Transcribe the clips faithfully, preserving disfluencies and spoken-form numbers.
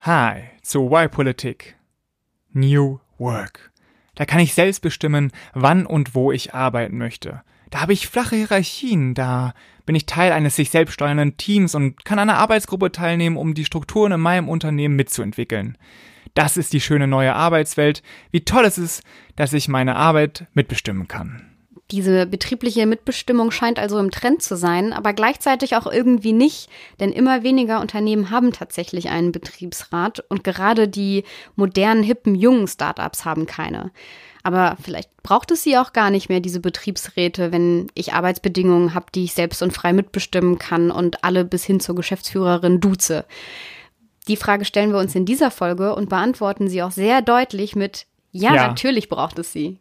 Hi zu Y-Politik. New Work. Da kann ich selbst bestimmen, wann und wo ich arbeiten möchte. Da habe ich flache Hierarchien, da bin ich Teil eines sich selbst steuernden Teams und kann an einer Arbeitsgruppe teilnehmen, um die Strukturen in meinem Unternehmen mitzuentwickeln. Das ist die schöne neue Arbeitswelt. Wie toll es ist, dass ich meine Arbeit mitbestimmen kann. Diese betriebliche Mitbestimmung scheint also im Trend zu sein, aber gleichzeitig auch irgendwie nicht, denn immer weniger Unternehmen haben tatsächlich einen Betriebsrat und gerade die modernen, hippen, jungen Startups haben keine. Aber vielleicht braucht es sie auch gar nicht mehr, diese Betriebsräte, wenn ich Arbeitsbedingungen habe, die ich selbst und frei mitbestimmen kann und alle bis hin zur Geschäftsführerin duze. Die Frage stellen wir uns in dieser Folge und beantworten sie auch sehr deutlich mit Ja, ja. Natürlich braucht es sie.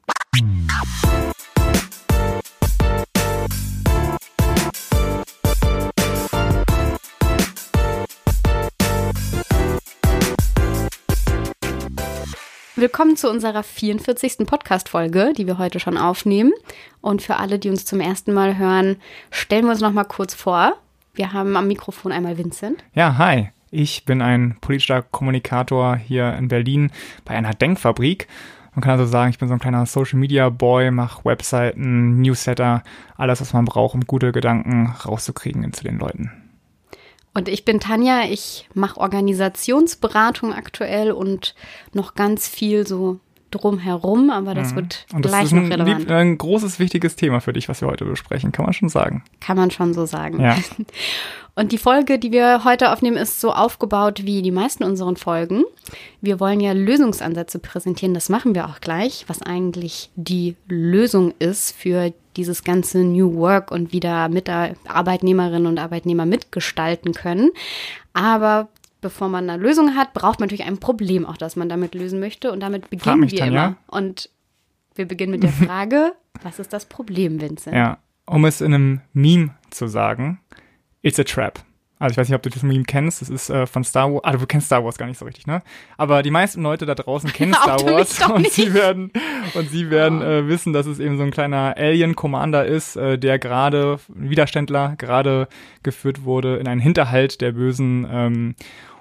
Willkommen zu unserer vierundvierzigsten Podcast-Folge, die wir heute schon aufnehmen. Und für alle, die uns zum ersten Mal hören, stellen wir uns noch mal kurz vor. Wir haben am Mikrofon einmal Vincent. Ja, hi. Ich bin ein politischer Kommunikator hier in Berlin bei einer Denkfabrik. Man kann also sagen, ich bin so ein kleiner Social-Media-Boy, mache Webseiten, Newsletter, alles, was man braucht, um gute Gedanken rauszukriegen zu den Leuten. Und ich bin Tanja, ich mache Organisationsberatung aktuell und noch ganz viel so drumherum, aber das wird und das gleich ist ein, noch relevant. Lieb, ein großes, wichtiges Thema für dich, was wir heute besprechen, kann man schon sagen. Kann man schon so sagen. Ja. Und die Folge, die wir heute aufnehmen, ist so aufgebaut wie die meisten unseren Folgen. Wir wollen ja Lösungsansätze präsentieren, das machen wir auch gleich, was eigentlich die Lösung ist für dieses ganze New Work und wie da mit der Arbeitnehmerinnen und Arbeitnehmer mitgestalten können. Aber bevor man eine Lösung hat, braucht man natürlich ein Problem, auch das man damit lösen möchte. Und damit beginnen mich, wir Tanja. immer. Und wir beginnen mit der Frage, was ist das Problem, Vincent? Ja, um es in einem Meme zu sagen, it's a trap. Also ich weiß nicht, ob du das Meme kennst, das ist äh, von Star Wars, ah, du kennst Star Wars gar nicht so richtig, ne? Aber die meisten Leute da draußen kennen Star Wars und nicht. sie werden und sie werden oh. äh, wissen, dass es eben so ein kleiner Alien-Commander ist, äh, der gerade, Widerständler, gerade geführt wurde in einen Hinterhalt der Bösen. Ähm,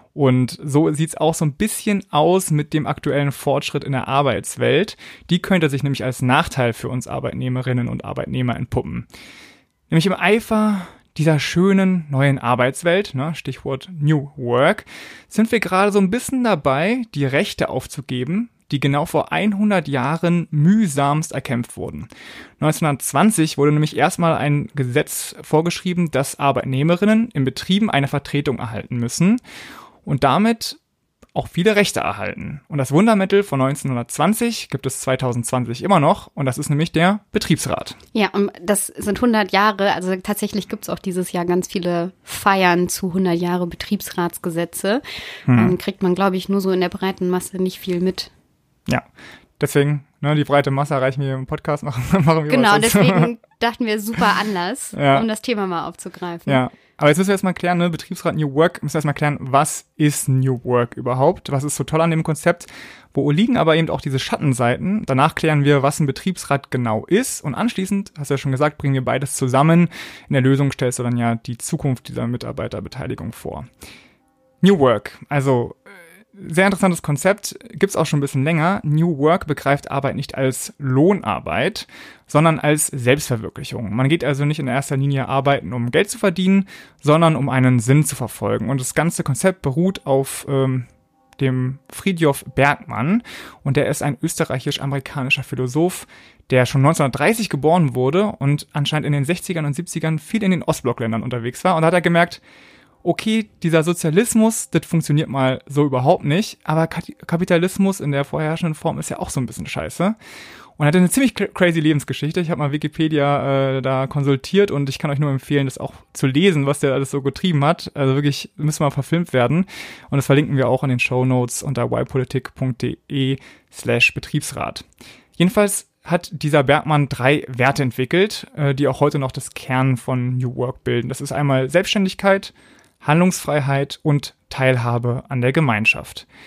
und so sieht's auch so ein bisschen aus mit dem aktuellen Fortschritt in der Arbeitswelt. Die könnte sich nämlich als Nachteil für uns Arbeitnehmerinnen und Arbeitnehmer entpuppen. Nämlich im Eifer dieser schönen neuen Arbeitswelt, ne, Stichwort New Work, sind wir gerade so ein bisschen dabei, die Rechte aufzugeben, die genau vor hundert Jahren mühsamst erkämpft wurden. neunzehnhundertzwanzig wurde nämlich erstmal ein Gesetz vorgeschrieben, dass Arbeitnehmerinnen in Betrieben eine Vertretung erhalten müssen und damit auch viele Rechte erhalten. Und das Wundermittel von neunzehnhundertzwanzig gibt es zweitausendzwanzig immer noch und das ist nämlich der Betriebsrat. Ja, und das sind hundert Jahre, also tatsächlich gibt es auch dieses Jahr ganz viele Feiern zu hundert Jahre Betriebsratsgesetze. Hm. Dann kriegt man, glaube ich, nur so in der breiten Masse nicht viel mit. Ja, deswegen, ne, die breite Masse erreichen wir im Podcast, machen, machen wir Genau, was deswegen dachten wir, super Anlass, ja. um das Thema mal aufzugreifen. Ja. Aber jetzt müssen wir erstmal klären, ne, Betriebsrat New Work, müssen wir erstmal klären, was ist New Work überhaupt? Was ist so toll an dem Konzept? Wo liegen aber eben auch diese Schattenseiten? Danach klären wir, was ein Betriebsrat genau ist. Und anschließend, hast du ja schon gesagt, bringen wir beides zusammen. In der Lösung stellst du dann ja die Zukunft dieser Mitarbeiterbeteiligung vor. New Work, also sehr interessantes Konzept, gibt's auch schon ein bisschen länger. New Work begreift Arbeit nicht als Lohnarbeit, sondern als Selbstverwirklichung. Man geht also nicht in erster Linie arbeiten, um Geld zu verdienen, sondern um einen Sinn zu verfolgen. Und das ganze Konzept beruht auf ähm, dem Fridtjof Bergmann und der ist ein österreichisch-amerikanischer Philosoph, der schon neunzehnhundertdreißig geboren wurde und anscheinend in den sechzigern und siebzigern viel in den Ostblockländern unterwegs war. Und da hat er gemerkt, okay, dieser Sozialismus, das funktioniert mal so überhaupt nicht, aber Kapitalismus in der vorherrschenden Form ist ja auch so ein bisschen scheiße. Und er hatte eine ziemlich crazy Lebensgeschichte. Ich habe mal Wikipedia äh, da konsultiert und ich kann euch nur empfehlen, das auch zu lesen, was der alles so getrieben hat. Also wirklich, müssen mal verfilmt werden. Und das verlinken wir auch in den Shownotes unter ypolitik.de slash Betriebsrat. Jedenfalls hat dieser Bergmann drei Werte entwickelt, äh, die auch heute noch das Kern von New Work bilden. Das ist einmal Selbstständigkeit, Handlungsfreiheit und Teilhabe an der Gemeinschaft.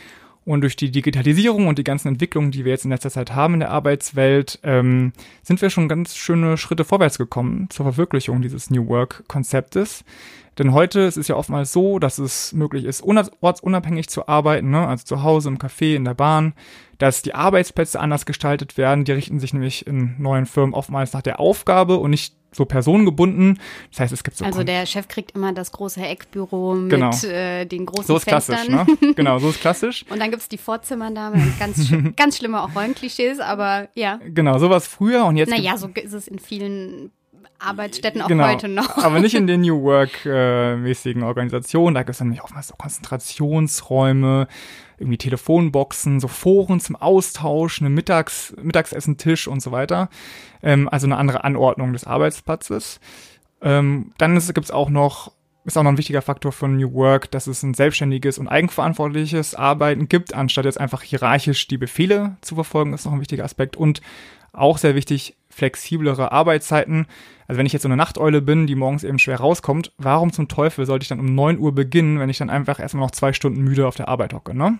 Und durch die Digitalisierung und die ganzen Entwicklungen, die wir jetzt in letzter Zeit haben in der Arbeitswelt, ähm, sind wir schon ganz schöne Schritte vorwärts gekommen zur Verwirklichung dieses New Work-Konzeptes. Denn heute ist es ja oftmals so, dass es möglich ist, ortsunabhängig zu arbeiten, ne? Also zu Hause, im Café, in der Bahn, dass die Arbeitsplätze anders gestaltet werden. Die richten sich nämlich in neuen Firmen oftmals nach der Aufgabe und nicht so personengebunden. Das heißt, es gibt so... Also Kon- der Chef kriegt immer das große Eckbüro mit genau. äh, den großen so ist Fenstern. Klassisch, ne? Genau, so ist klassisch. Und dann gibt's die Vorzimmerdame, ganz, sch- ganz schlimme auch Rollenklischees, aber ja. Genau, sowas früher und jetzt... Naja, so ist es in vielen Arbeitsstätten auch genau, heute noch. Aber nicht in den New Work-mäßigen äh, Organisationen. Da gibt es dann nämlich oftmals so Konzentrationsräume, irgendwie Telefonboxen, so Foren zum Austausch, eine Mittags-, Mittagsessentisch und so weiter. Ähm, also eine andere Anordnung des Arbeitsplatzes. Ähm, dann gibt es auch noch, ist auch noch ein wichtiger Faktor von New Work, dass es ein selbstständiges und eigenverantwortliches Arbeiten gibt, anstatt jetzt einfach hierarchisch die Befehle zu verfolgen, ist noch ein wichtiger Aspekt. Und auch sehr wichtig, flexiblere Arbeitszeiten. Also wenn ich jetzt so eine Nachteule bin, die morgens eben schwer rauskommt, warum zum Teufel sollte ich dann um neun Uhr beginnen, wenn ich dann einfach erstmal noch zwei Stunden müde auf der Arbeit hocke, ne?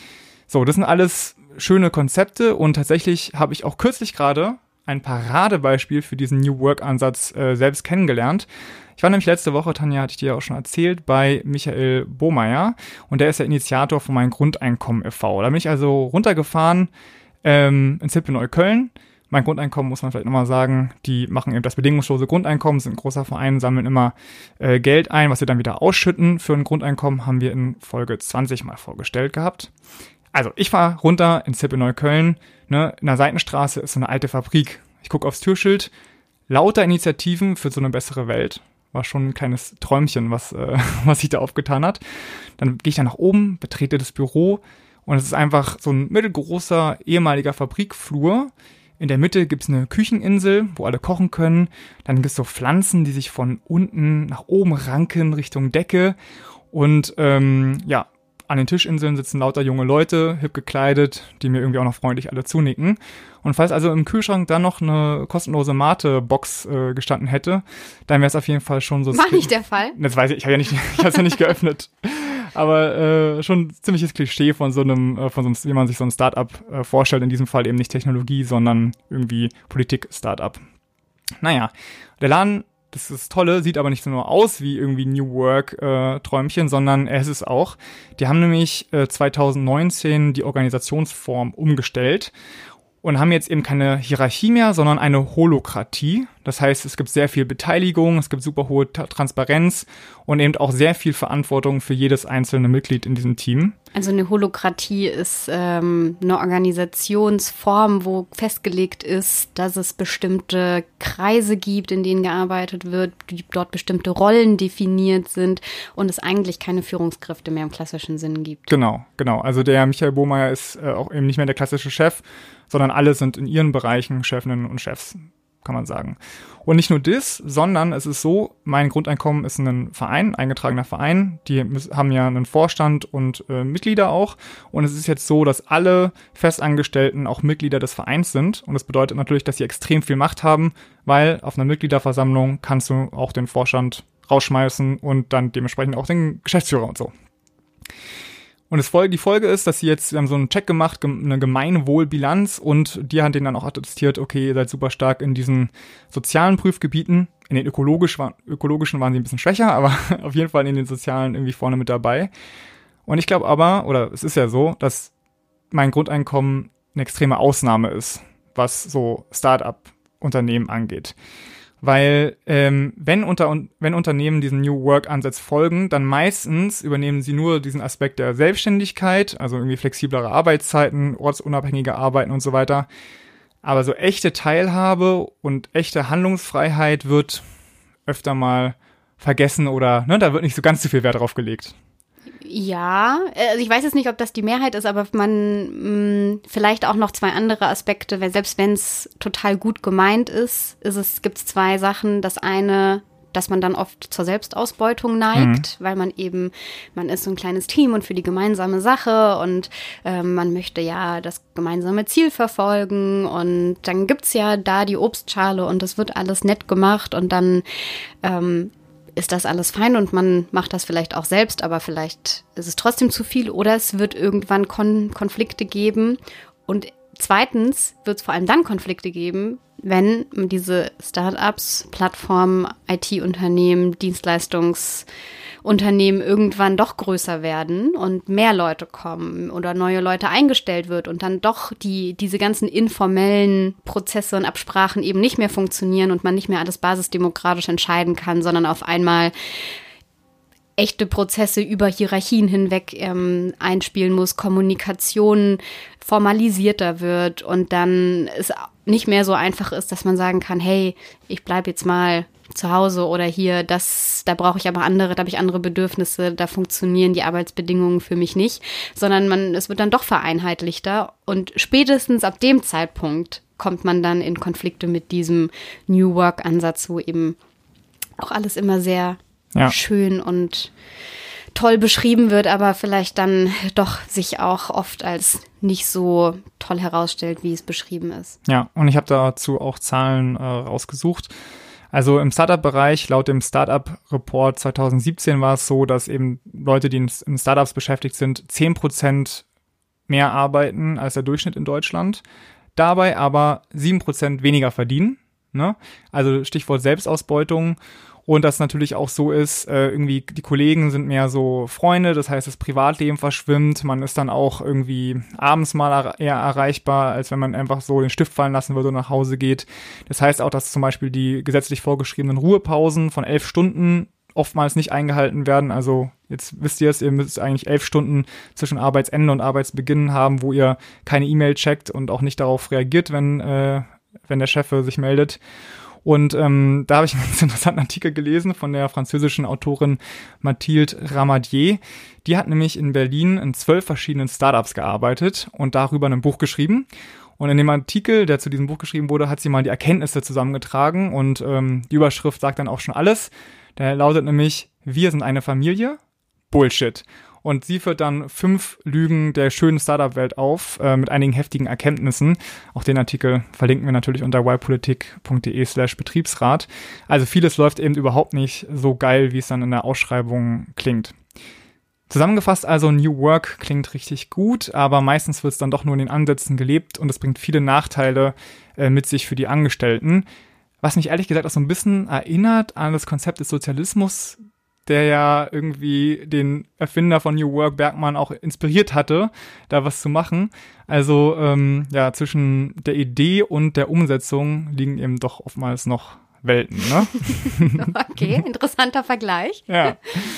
So, das sind alles schöne Konzepte und tatsächlich habe ich auch kürzlich gerade ein Paradebeispiel für diesen New Work-Ansatz äh, selbst kennengelernt. Ich war nämlich letzte Woche, Tanja, hatte ich dir ja auch schon erzählt, bei Michael Bohmeier und der ist der Initiator von meinem Grundeinkommen e V Da bin ich also runtergefahren ähm, in Zippeneukölln. Mein Grundeinkommen, muss man vielleicht nochmal sagen, die machen eben das bedingungslose Grundeinkommen, sind ein großer Verein, sammeln immer äh, Geld ein, was sie dann wieder ausschütten. Für ein Grundeinkommen haben wir in Folge zwanzig mal vorgestellt gehabt. Also, ich fahre runter in Zippeneukölln, ne, in der Seitenstraße ist so eine alte Fabrik. Ich gucke aufs Türschild, lauter Initiativen für so eine bessere Welt. War schon ein kleines Träumchen, was, äh, was sich da aufgetan hat. Dann gehe ich da nach oben, betrete das Büro und es ist einfach so ein mittelgroßer ehemaliger Fabrikflur. In der Mitte gibt's eine Kücheninsel, wo alle kochen können. Dann gibt's so Pflanzen, die sich von unten nach oben ranken Richtung Decke. Und ähm, ja, an den Tischinseln sitzen lauter junge Leute, hip gekleidet, die mir irgendwie auch noch freundlich alle zunicken. Und falls also im Kühlschrank dann noch eine kostenlose Mate-Box äh, gestanden hätte, dann wäre es auf jeden Fall schon so... War nicht der Fall? Das weiß ich, ich habe ja nicht, ich habe es ja nicht geöffnet. Aber äh, schon ein ziemliches Klischee von so einem, äh, von so einem, wie man sich so ein Startup äh, vorstellt. In diesem Fall eben nicht Technologie, sondern irgendwie Politik-Startup. Naja, der Laden, das ist das Tolle, sieht aber nicht nur aus wie irgendwie New Work-Träumchen, äh, sondern es ist auch. Die haben nämlich äh, zwanzig neunzehn die Organisationsform umgestellt und haben jetzt eben keine Hierarchie mehr, sondern eine Holokratie. Das heißt, es gibt sehr viel Beteiligung, es gibt super hohe Ta- Transparenz und eben auch sehr viel Verantwortung für jedes einzelne Mitglied in diesem Team. Also eine Holokratie ist ähm, eine Organisationsform, wo festgelegt ist, dass es bestimmte Kreise gibt, in denen gearbeitet wird, die dort bestimmte Rollen definiert sind und es eigentlich keine Führungskräfte mehr im klassischen Sinn gibt. Genau, genau. Also der Michael Bohmeier ist äh, auch eben nicht mehr der klassische Chef, sondern alle sind in ihren Bereichen Chefinnen und Chefs, kann man sagen. Und nicht nur das, sondern es ist so, mein Grundeinkommen ist ein Verein, ein eingetragener Verein. Die haben ja einen Vorstand und äh, Mitglieder auch. Und es ist jetzt so, dass alle Festangestellten auch Mitglieder des Vereins sind. Und das bedeutet natürlich, dass sie extrem viel Macht haben, weil auf einer Mitgliederversammlung kannst du auch den Vorstand rausschmeißen und dann dementsprechend auch den Geschäftsführer und so. Und das Folge, die Folge ist, dass sie jetzt, wir haben so einen Check gemacht, eine Gemeinwohlbilanz und die hat denen dann auch attestiert, okay, ihr seid super stark in diesen sozialen Prüfgebieten. In den ökologisch war, ökologischen waren sie ein bisschen schwächer, aber auf jeden Fall in den sozialen irgendwie vorne mit dabei. Und ich glaube aber, oder es ist ja so, dass mein Grundeinkommen eine extreme Ausnahme ist, was so Start-up-Unternehmen angeht. Weil ähm, wenn, unter, wenn Unternehmen diesen New Work-Ansatz folgen, dann meistens übernehmen sie nur diesen Aspekt der Selbstständigkeit, also irgendwie flexiblere Arbeitszeiten, ortsunabhängige Arbeiten und so weiter. Aber so echte Teilhabe und echte Handlungsfreiheit wird öfter mal vergessen oder ne, da wird nicht so ganz so viel Wert drauf gelegt. Ja, also ich weiß jetzt nicht, ob das die Mehrheit ist, aber man mh, vielleicht auch noch zwei andere Aspekte, weil selbst wenn es total gut gemeint ist, ist es gibt es zwei Sachen. Das eine, dass man dann oft zur Selbstausbeutung neigt, mhm. weil man eben, man ist so ein kleines Team und für die gemeinsame Sache und äh, man möchte ja das gemeinsame Ziel verfolgen und dann gibt's ja da die Obstschale und das wird alles nett gemacht und dann ähm, ist das alles fein und man macht das vielleicht auch selbst, aber vielleicht ist es trotzdem zu viel oder es wird irgendwann Kon- Konflikte geben. Und zweitens wird es vor allem dann Konflikte geben, wenn diese Startups, Plattformen, I T-Unternehmen, Dienstleistungsunternehmen irgendwann doch größer werden und mehr Leute kommen oder neue Leute eingestellt wird und dann doch die diese ganzen informellen Prozesse und Absprachen eben nicht mehr funktionieren und man nicht mehr alles basisdemokratisch entscheiden kann, sondern auf einmal echte Prozesse über Hierarchien hinweg ähm, einspielen muss, Kommunikation formalisierter wird und dann es nicht mehr so einfach ist, dass man sagen kann, hey, ich bleibe jetzt mal zu Hause oder hier, das, da brauche ich aber andere, da habe ich andere Bedürfnisse, da funktionieren die Arbeitsbedingungen für mich nicht, sondern man, es wird dann doch vereinheitlichter und spätestens ab dem Zeitpunkt kommt man dann in Konflikte mit diesem New Work-Ansatz, wo eben auch alles immer sehr ja. schön und toll beschrieben wird, aber vielleicht dann doch sich auch oft als nicht so toll herausstellt, wie es beschrieben ist. Ja, und ich habe dazu auch Zahlen äh, rausgesucht. Also im Startup-Bereich, laut dem Startup-Report zwanzig siebzehn war es so, dass eben Leute, die in, in Startups beschäftigt sind, zehn Prozent mehr arbeiten als der Durchschnitt in Deutschland, dabei aber sieben Prozent weniger verdienen, ne? Also Stichwort Selbstausbeutung. Und das natürlich auch so ist, äh, irgendwie die Kollegen sind mehr so Freunde, das heißt, das Privatleben verschwimmt, man ist dann auch irgendwie abends mal er- eher erreichbar, als wenn man einfach so den Stift fallen lassen würde und nach Hause geht. Das heißt auch, dass zum Beispiel die gesetzlich vorgeschriebenen Ruhepausen von elf Stunden oftmals nicht eingehalten werden. Also jetzt wisst ihr es, ihr müsst eigentlich elf Stunden zwischen Arbeitsende und Arbeitsbeginn haben, wo ihr keine E-Mail checkt und auch nicht darauf reagiert, wenn, äh, wenn der Chef sich meldet. Und ähm, da habe ich einen ganz interessanten Artikel gelesen von der französischen Autorin Mathilde Ramadier. Die hat nämlich in Berlin in zwölf verschiedenen Startups gearbeitet und darüber ein Buch geschrieben. Und in dem Artikel, der zu diesem Buch geschrieben wurde, hat sie mal die Erkenntnisse zusammengetragen und ähm, die Überschrift sagt dann auch schon alles. Der lautet nämlich, wir sind eine Familie, Bullshit. Und sie führt dann fünf Lügen der schönen Startup-Welt auf, äh, mit einigen heftigen Erkenntnissen. Auch den Artikel verlinken wir natürlich unter ypolitik.de slash Betriebsrat. Also vieles läuft eben überhaupt nicht so geil, wie es dann in der Ausschreibung klingt. Zusammengefasst also, New Work klingt richtig gut, aber meistens wird es dann doch nur in den Ansätzen gelebt und es bringt viele Nachteile äh, mit sich für die Angestellten. Was mich ehrlich gesagt auch so ein bisschen erinnert an das Konzept des Sozialismus, der ja irgendwie den Erfinder von New Work, Bergmann, auch inspiriert hatte, da was zu machen. Also ähm, ja, zwischen der Idee und der Umsetzung liegen eben doch oftmals noch Welten, ne? Okay, interessanter Vergleich. Ja.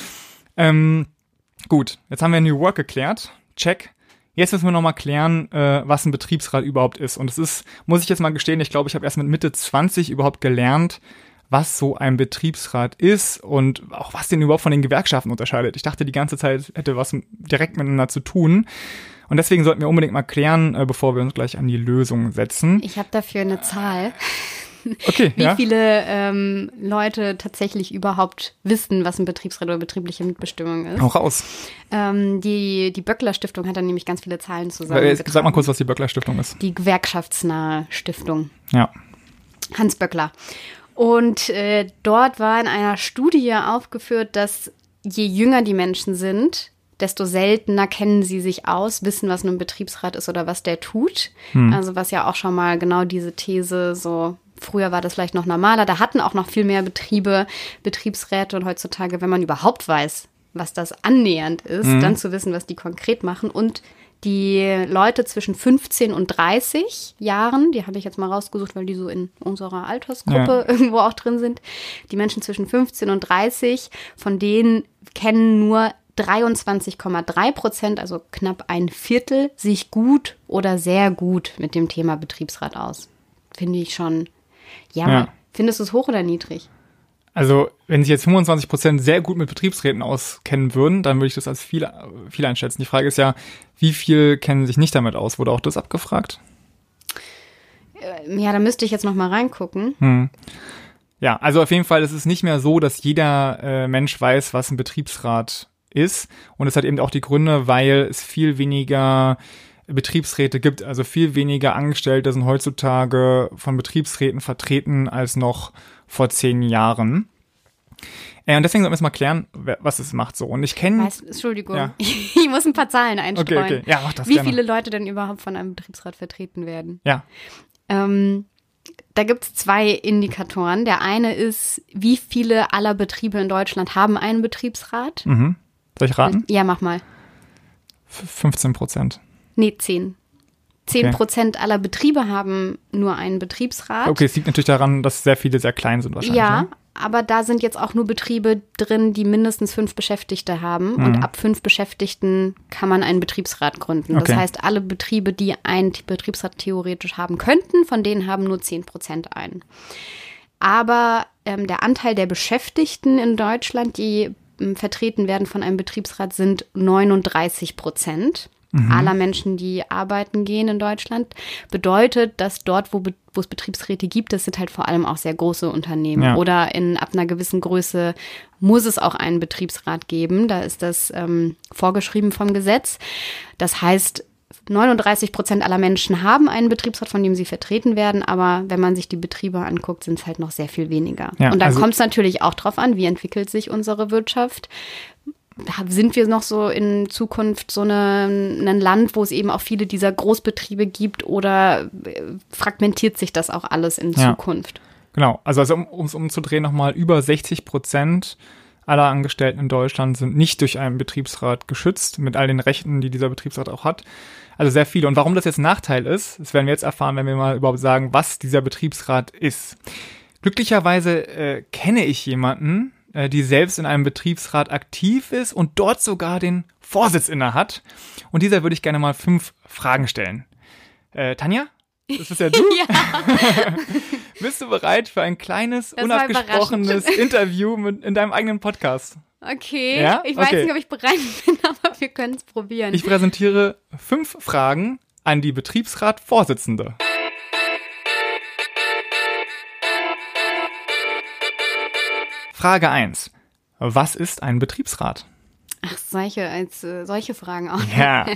Ähm, gut, jetzt haben wir New Work geklärt. Check. Jetzt müssen wir nochmal klären, äh, was ein Betriebsrat überhaupt ist. Und es ist, muss ich jetzt mal gestehen, ich glaube, ich habe erst mit Mitte zwanzig überhaupt gelernt, was so ein Betriebsrat ist und auch was den überhaupt von den Gewerkschaften unterscheidet. Ich dachte, die ganze Zeit hätte was direkt miteinander zu tun. Und deswegen sollten wir unbedingt mal klären, äh, bevor wir uns gleich an die Lösung setzen. Ich habe dafür eine Zahl. Okay, Wie ja? viele ähm, Leute tatsächlich überhaupt wissen, was ein Betriebsrat oder betriebliche Mitbestimmung ist. Hau raus. Ähm, die, die Böckler-Stiftung hat dann nämlich ganz viele Zahlen zusammengetragen. Sag mal kurz, was die Böckler-Stiftung ist. Die gewerkschaftsnahe Stiftung. Ja. Hans Böckler. Und äh, dort war in einer Studie aufgeführt, dass je jünger die Menschen sind, desto seltener kennen sie sich aus, wissen, was ein Betriebsrat ist oder was der tut. Hm. Also was ja auch schon mal genau diese These so, früher war das vielleicht noch normaler, da hatten auch noch viel mehr Betriebe, Betriebsräte und heutzutage, wenn man überhaupt weiß, was das annähernd ist, hm. dann zu wissen, was die konkret machen und die Leute zwischen fünfzehn und dreißig Jahren, die habe ich jetzt mal rausgesucht, weil die so in unserer Altersgruppe ja. irgendwo auch drin sind. Die Menschen zwischen fünfzehn und dreißig, von denen kennen nur dreiundzwanzig Komma drei Prozent, also knapp ein Viertel, sich gut oder sehr gut mit dem Thema Betriebsrat aus. Finde ich schon, ja, ja. Findest du es hoch oder niedrig? Also, wenn sich jetzt fünfundzwanzig Prozent sehr gut mit Betriebsräten auskennen würden, dann würde ich das als viel, viel einschätzen. Die Frage ist ja, wie viel kennen sich nicht damit aus? Wurde auch das abgefragt? Ja, da müsste ich jetzt noch mal reingucken. Hm. Ja, also auf jeden Fall ist es nicht mehr so, dass jeder äh, Mensch weiß, was ein Betriebsrat ist. Und es hat eben auch die Gründe, weil es viel weniger Betriebsräte gibt. Also viel weniger Angestellte sind heutzutage von Betriebsräten vertreten als noch vor zehn Jahren. Ja, und deswegen sollten wir jetzt mal klären, wer, was es macht so. Und ich kenne... Entschuldigung, ja. ich muss ein paar Zahlen einstreuen. Okay, okay. Ja, mach das Wie gerne. viele Leute denn überhaupt von einem Betriebsrat vertreten werden? Ja. Ähm, da gibt es zwei Indikatoren. Der eine ist, wie viele aller Betriebe in Deutschland haben einen Betriebsrat? Mhm. Soll ich raten? Ja, mach mal. F- fünfzehn Prozent. Nee, zehn. Zehn Okay. Prozent aller Betriebe haben nur einen Betriebsrat. Okay, es liegt natürlich daran, dass sehr viele sehr klein sind wahrscheinlich. Ja, Ne? aber da sind jetzt auch nur Betriebe drin, die mindestens fünf Beschäftigte haben. Und ab fünf Beschäftigten kann man einen Betriebsrat gründen. Okay. Das heißt, alle Betriebe, die einen Betriebsrat theoretisch haben könnten, von denen haben nur zehn Prozent einen. Aber ähm, der Anteil der Beschäftigten in Deutschland, die ähm, vertreten werden von einem Betriebsrat, sind neununddreißig Prozent. Aller Menschen, die arbeiten gehen in Deutschland, bedeutet, dass dort, wo, be- wo es Betriebsräte gibt, das sind halt vor allem auch sehr große Unternehmen. Ja. Oder in ab einer gewissen Größe muss es auch einen Betriebsrat geben. Da ist das ähm, vorgeschrieben vom Gesetz. Das heißt, neununddreißig Prozent aller Menschen haben einen Betriebsrat, von dem sie vertreten werden. Aber wenn man sich die Betriebe anguckt, sind es halt noch sehr viel weniger. Ja, Und dann also- kommt es natürlich auch drauf an, wie entwickelt sich unsere Wirtschaft. Sind wir noch so in Zukunft so eine, ein Land, wo es eben auch viele dieser Großbetriebe gibt, oder fragmentiert sich das auch alles in Ja. Zukunft? Genau, also, also um es umzudrehen nochmal, über sechzig Prozent aller Angestellten in Deutschland sind nicht durch einen Betriebsrat geschützt, mit all den Rechten, die dieser Betriebsrat auch hat. Also sehr viele. Und warum das jetzt ein Nachteil ist, das werden wir jetzt erfahren, wenn wir mal überhaupt sagen, was dieser Betriebsrat ist. Glücklicherweise äh, kenne ich jemanden, äh, die selbst in einem Betriebsrat aktiv ist und dort sogar den Vorsitz inne hat. Und dieser würde ich gerne mal fünf Fragen stellen. Äh, Tanja? Das bist ja du. Ja. Bist du bereit für ein kleines, Das war unausgesprochenes Interview mit, in deinem eigenen Podcast? Okay, Ja? ich weiß Okay. nicht, ob ich bereit bin, aber wir können es probieren. Ich präsentiere fünf Fragen an die Betriebsratvorsitzende. Frage eins. Was ist ein Betriebsrat? Ach, solche, als, äh, solche Fragen auch. Ja.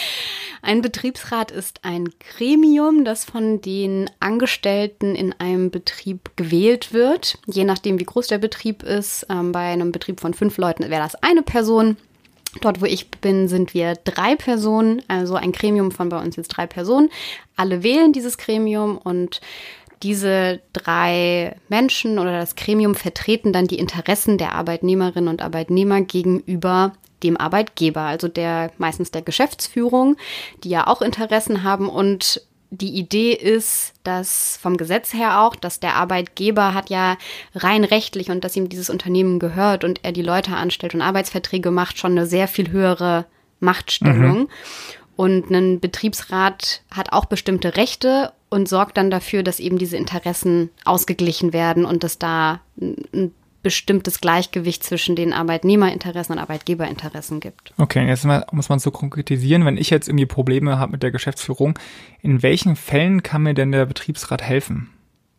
Ein Betriebsrat ist ein Gremium, das von den Angestellten in einem Betrieb gewählt wird. Je nachdem, wie groß der Betrieb ist. Ähm, bei einem Betrieb von fünf Leuten wäre das eine Person. Dort, wo ich bin, sind wir drei Personen. Also ein Gremium von bei uns jetzt drei Personen. Alle wählen dieses Gremium, und diese drei Menschen oder das Gremium vertreten dann die Interessen der Arbeitnehmerinnen und Arbeitnehmer gegenüber dem Arbeitgeber, also der meistens der Geschäftsführung, die ja auch Interessen haben. Und die Idee ist, dass vom Gesetz her auch, dass der Arbeitgeber hat ja rein rechtlich, und dass ihm dieses Unternehmen gehört und er die Leute anstellt und Arbeitsverträge macht, schon eine sehr viel höhere Machtstellung. Mhm. Und ein Betriebsrat hat auch bestimmte Rechte und sorgt dann dafür, dass eben diese Interessen ausgeglichen werden und dass da ein bestimmtes Gleichgewicht zwischen den Arbeitnehmerinteressen und Arbeitgeberinteressen gibt. Okay, jetzt muss man es so konkretisieren. Wenn ich jetzt irgendwie Probleme habe mit der Geschäftsführung, in welchen Fällen kann mir denn der Betriebsrat helfen?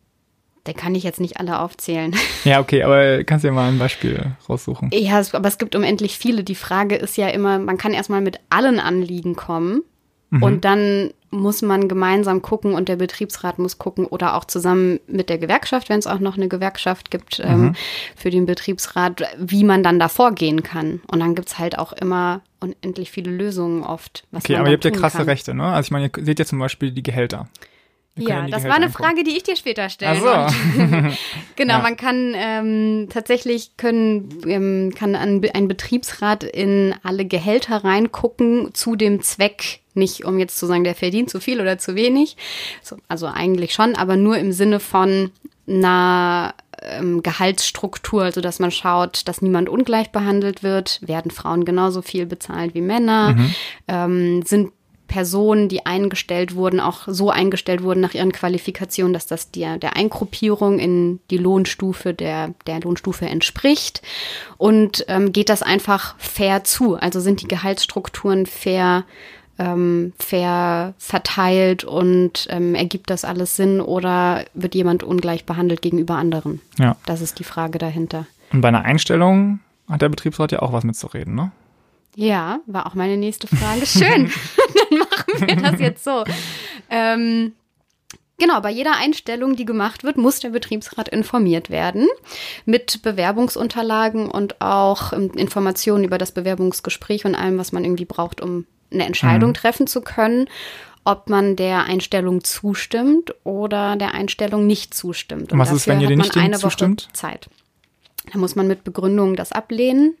Da kann ich jetzt nicht alle aufzählen. Ja, okay, aber kannst du ja mal ein Beispiel raussuchen. Ja, aber es gibt unendlich viele. Die Frage ist ja immer, man kann erstmal mit allen Anliegen kommen, mhm. und dann muss man gemeinsam gucken und der Betriebsrat muss gucken oder auch zusammen mit der Gewerkschaft, wenn es auch noch eine Gewerkschaft gibt, mhm. ähm, für den Betriebsrat, wie man dann da vorgehen kann. Und dann gibt's halt auch immer unendlich viele Lösungen oft. Was okay, man aber ihr habt ja krasse kann. Rechte, ne? Also ich meine, ihr seht ja zum Beispiel die Gehälter. Wir Ja, ja die das Gehälter war eine angucken. Frage, die ich dir später stellen Ach so. wollte. Genau, Ja. man kann ähm, tatsächlich können ähm, kann ein, ein Betriebsrat in alle Gehälter reingucken zu dem Zweck, nicht um jetzt zu sagen, der verdient zu viel oder zu wenig, so, also eigentlich schon, aber nur im Sinne von einer ähm, Gehaltsstruktur, also dass man schaut, dass niemand ungleich behandelt wird, werden Frauen genauso viel bezahlt wie Männer, Mhm. ähm, sind Personen, die eingestellt wurden, auch so eingestellt wurden nach ihren Qualifikationen, dass das der, der Eingruppierung in die Lohnstufe der, der Lohnstufe entspricht. Und ähm, geht das einfach fair zu? Also sind die Gehaltsstrukturen fair, ähm, fair verteilt und ähm, ergibt das alles Sinn, oder wird jemand ungleich behandelt gegenüber anderen? Ja. Das ist die Frage dahinter. Und bei einer Einstellung hat der Betriebsrat ja auch was mitzureden, ne? Ja, war auch meine nächste Frage. Schön, dann machen wir das jetzt so. Ähm, Genau, bei jeder Einstellung, die gemacht wird, muss der Betriebsrat informiert werden mit Bewerbungsunterlagen und auch ähm, Informationen über das Bewerbungsgespräch und allem, was man irgendwie braucht, um eine Entscheidung mhm. treffen zu können, ob man der Einstellung zustimmt oder der Einstellung nicht zustimmt. Und, und was ist, wenn ihr dir nicht eine zustimmt? Woche Zeit. Da muss man mit Begründung das ablehnen.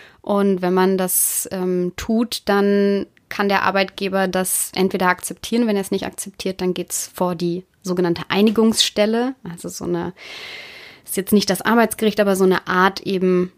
Und wenn man das ähm, tut, dann kann der Arbeitgeber das entweder akzeptieren. Wenn er es nicht akzeptiert, dann geht es vor die sogenannte Einigungsstelle. Also so eine, ist jetzt nicht das Arbeitsgericht, aber so eine Art eben,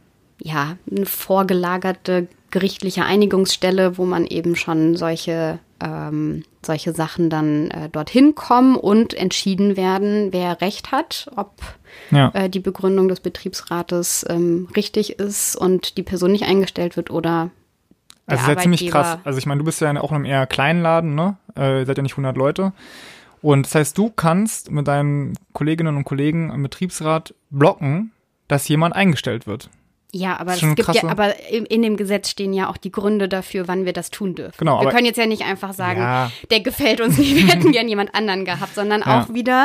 ja, eine vorgelagerte gerichtliche Einigungsstelle, wo man eben schon solche, ähm, solche Sachen dann äh, dorthin kommen und entschieden werden, wer Recht hat, ob ja. äh, die Begründung des Betriebsrates ähm, richtig ist und die Person nicht eingestellt wird oder der Also das ist ja ziemlich krass. Also ich meine, du bist ja auch in einem eher kleinen Laden, ne? Äh, ihr seid ja nicht hundert Leute. Und das heißt, du kannst mit deinen Kolleginnen und Kollegen im Betriebsrat blocken, dass jemand eingestellt wird. Ja, aber es gibt krasse... ja, aber in, in dem Gesetz stehen ja auch die Gründe dafür, wann wir das tun dürfen. Genau, wir aber, können jetzt ja nicht einfach sagen, ja. der gefällt uns nicht, wir hätten gern jemand anderen gehabt, sondern ja. auch wieder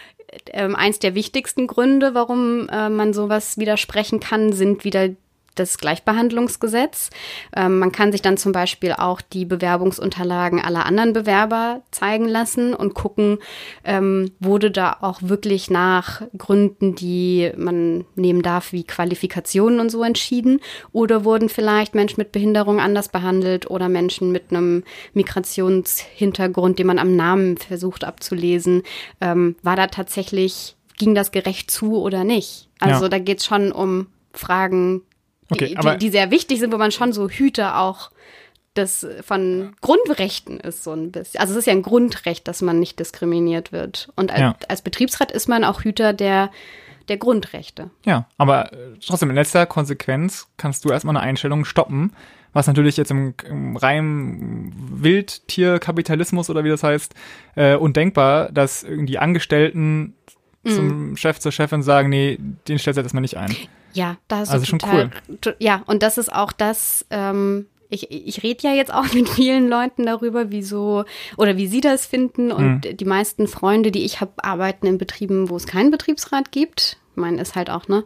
ähm, eins der wichtigsten Gründe, warum äh, man sowas widersprechen kann, sind wieder das Gleichbehandlungsgesetz. Ähm, man kann sich dann zum Beispiel auch die Bewerbungsunterlagen aller anderen Bewerber zeigen lassen und gucken, ähm, wurde da auch wirklich nach Gründen, die man nehmen darf, wie Qualifikationen und so entschieden, oder wurden vielleicht Menschen mit Behinderung anders behandelt oder Menschen mit einem Migrationshintergrund, den man am Namen versucht abzulesen, ähm, war da tatsächlich, ging das gerecht zu oder nicht? Also ja. da geht es schon um Fragen, Okay, die, aber die, die sehr wichtig sind, wo man schon so Hüter auch des, von Grundrechten ist so ein bisschen. Also es ist ja ein Grundrecht, dass man nicht diskriminiert wird. Und als, ja. als Betriebsrat ist man auch Hüter der, der Grundrechte. Ja, aber trotzdem in letzter Konsequenz kannst du erstmal eine Einstellung stoppen, was natürlich jetzt im, im reinen Wildtierkapitalismus oder wie das heißt, äh, undenkbar, dass die Angestellten mm. zum Chef, zur Chefin sagen, nee, den stellst du jetzt erstmal nicht ein. Ja, das ist also schon total, cool. Ja, und das ist auch das, ähm, ich, ich rede ja jetzt auch mit vielen Leuten darüber, wieso oder wie sie das finden. Und mhm. die meisten Freunde, die ich habe, arbeiten in Betrieben, wo es keinen Betriebsrat gibt. Ich meine, ist halt auch, ne?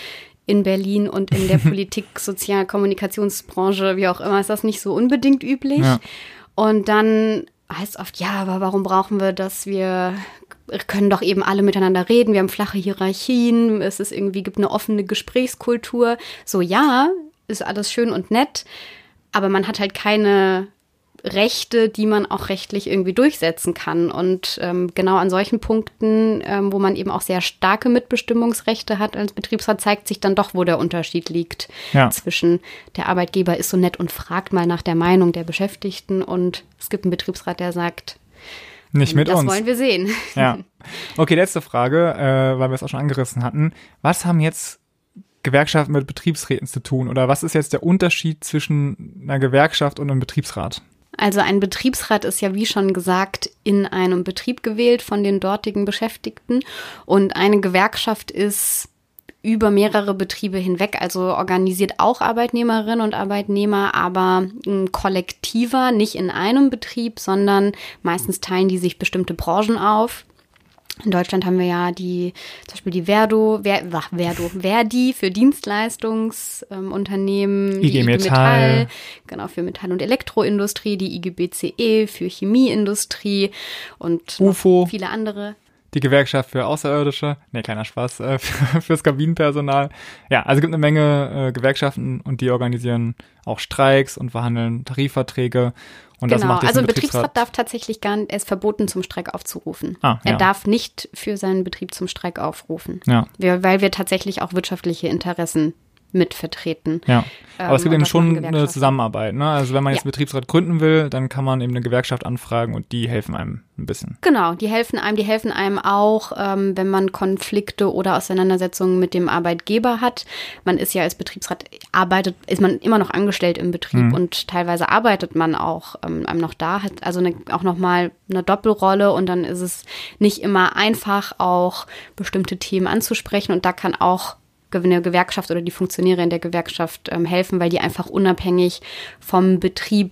In Berlin und in der Politik, Sozial-, Kommunikationsbranche, wie auch immer, ist das nicht so unbedingt üblich. Ja. Und dann heißt oft, ja, aber warum brauchen wir das? Wir können doch eben alle miteinander reden, wir haben flache Hierarchien, es ist irgendwie, gibt eine offene Gesprächskultur. So, ja, ist alles schön und nett, aber man hat halt keine Rechte, die man auch rechtlich irgendwie durchsetzen kann. Und ähm, genau an solchen Punkten, ähm, wo man eben auch sehr starke Mitbestimmungsrechte hat als Betriebsrat, zeigt sich dann doch, wo der Unterschied liegt ja. zwischen der Arbeitgeber ist so nett und fragt mal nach der Meinung der Beschäftigten und es gibt einen Betriebsrat, der sagt, nicht mit das uns. Das wollen wir sehen. Ja. Okay, letzte Frage, äh, weil wir es auch schon angerissen hatten. Was haben jetzt Gewerkschaften mit Betriebsräten zu tun? Oder was ist jetzt der Unterschied zwischen einer Gewerkschaft und einem Betriebsrat? Also ein Betriebsrat ist ja, wie schon gesagt, in einem Betrieb gewählt von den dortigen Beschäftigten. Und eine Gewerkschaft ist über mehrere Betriebe hinweg, also organisiert auch Arbeitnehmerinnen und Arbeitnehmer, aber ein kollektiver, nicht in einem Betrieb, sondern meistens teilen die sich bestimmte Branchen auf. In Deutschland haben wir ja die, zum Beispiel die Verdo, Ver, ach, Verdo, Verdi für Dienstleistungsunternehmen, ähm, I G die Metall. I G Metall, genau, für Metall- und Elektroindustrie, die I G B C E für Chemieindustrie und U F O. Viele andere. Die Gewerkschaft für Außerirdische, nee, kleiner Spaß, äh, für, fürs Kabinenpersonal. Ja, also es gibt eine Menge äh, Gewerkschaften und die organisieren auch Streiks und verhandeln Tarifverträge. Und genau, das macht also ein Betriebsrat, Betriebsrat darf tatsächlich gar nicht, er ist verboten, zum Streik aufzurufen. Ah, er ja. darf nicht für seinen Betrieb zum Streik aufrufen, ja. wir, weil wir tatsächlich auch wirtschaftliche Interessen mitvertreten. Ja, aber ähm, es gibt eben schon eine Zusammenarbeit. Ne? Also wenn man jetzt ja. einen Betriebsrat gründen will, dann kann man eben eine Gewerkschaft anfragen und die helfen einem ein bisschen. Genau, die helfen einem, die helfen einem auch, ähm, wenn man Konflikte oder Auseinandersetzungen mit dem Arbeitgeber hat. Man ist ja als Betriebsrat, arbeitet, ist man immer noch angestellt im Betrieb mhm. und teilweise arbeitet man auch ähm, einem noch da, hat also eine, auch nochmal eine Doppelrolle und dann ist es nicht immer einfach, auch bestimmte Themen anzusprechen und da kann auch eine Gewerkschaft oder die Funktionäre in der Gewerkschaft ähm, helfen, weil die einfach unabhängig vom Betrieb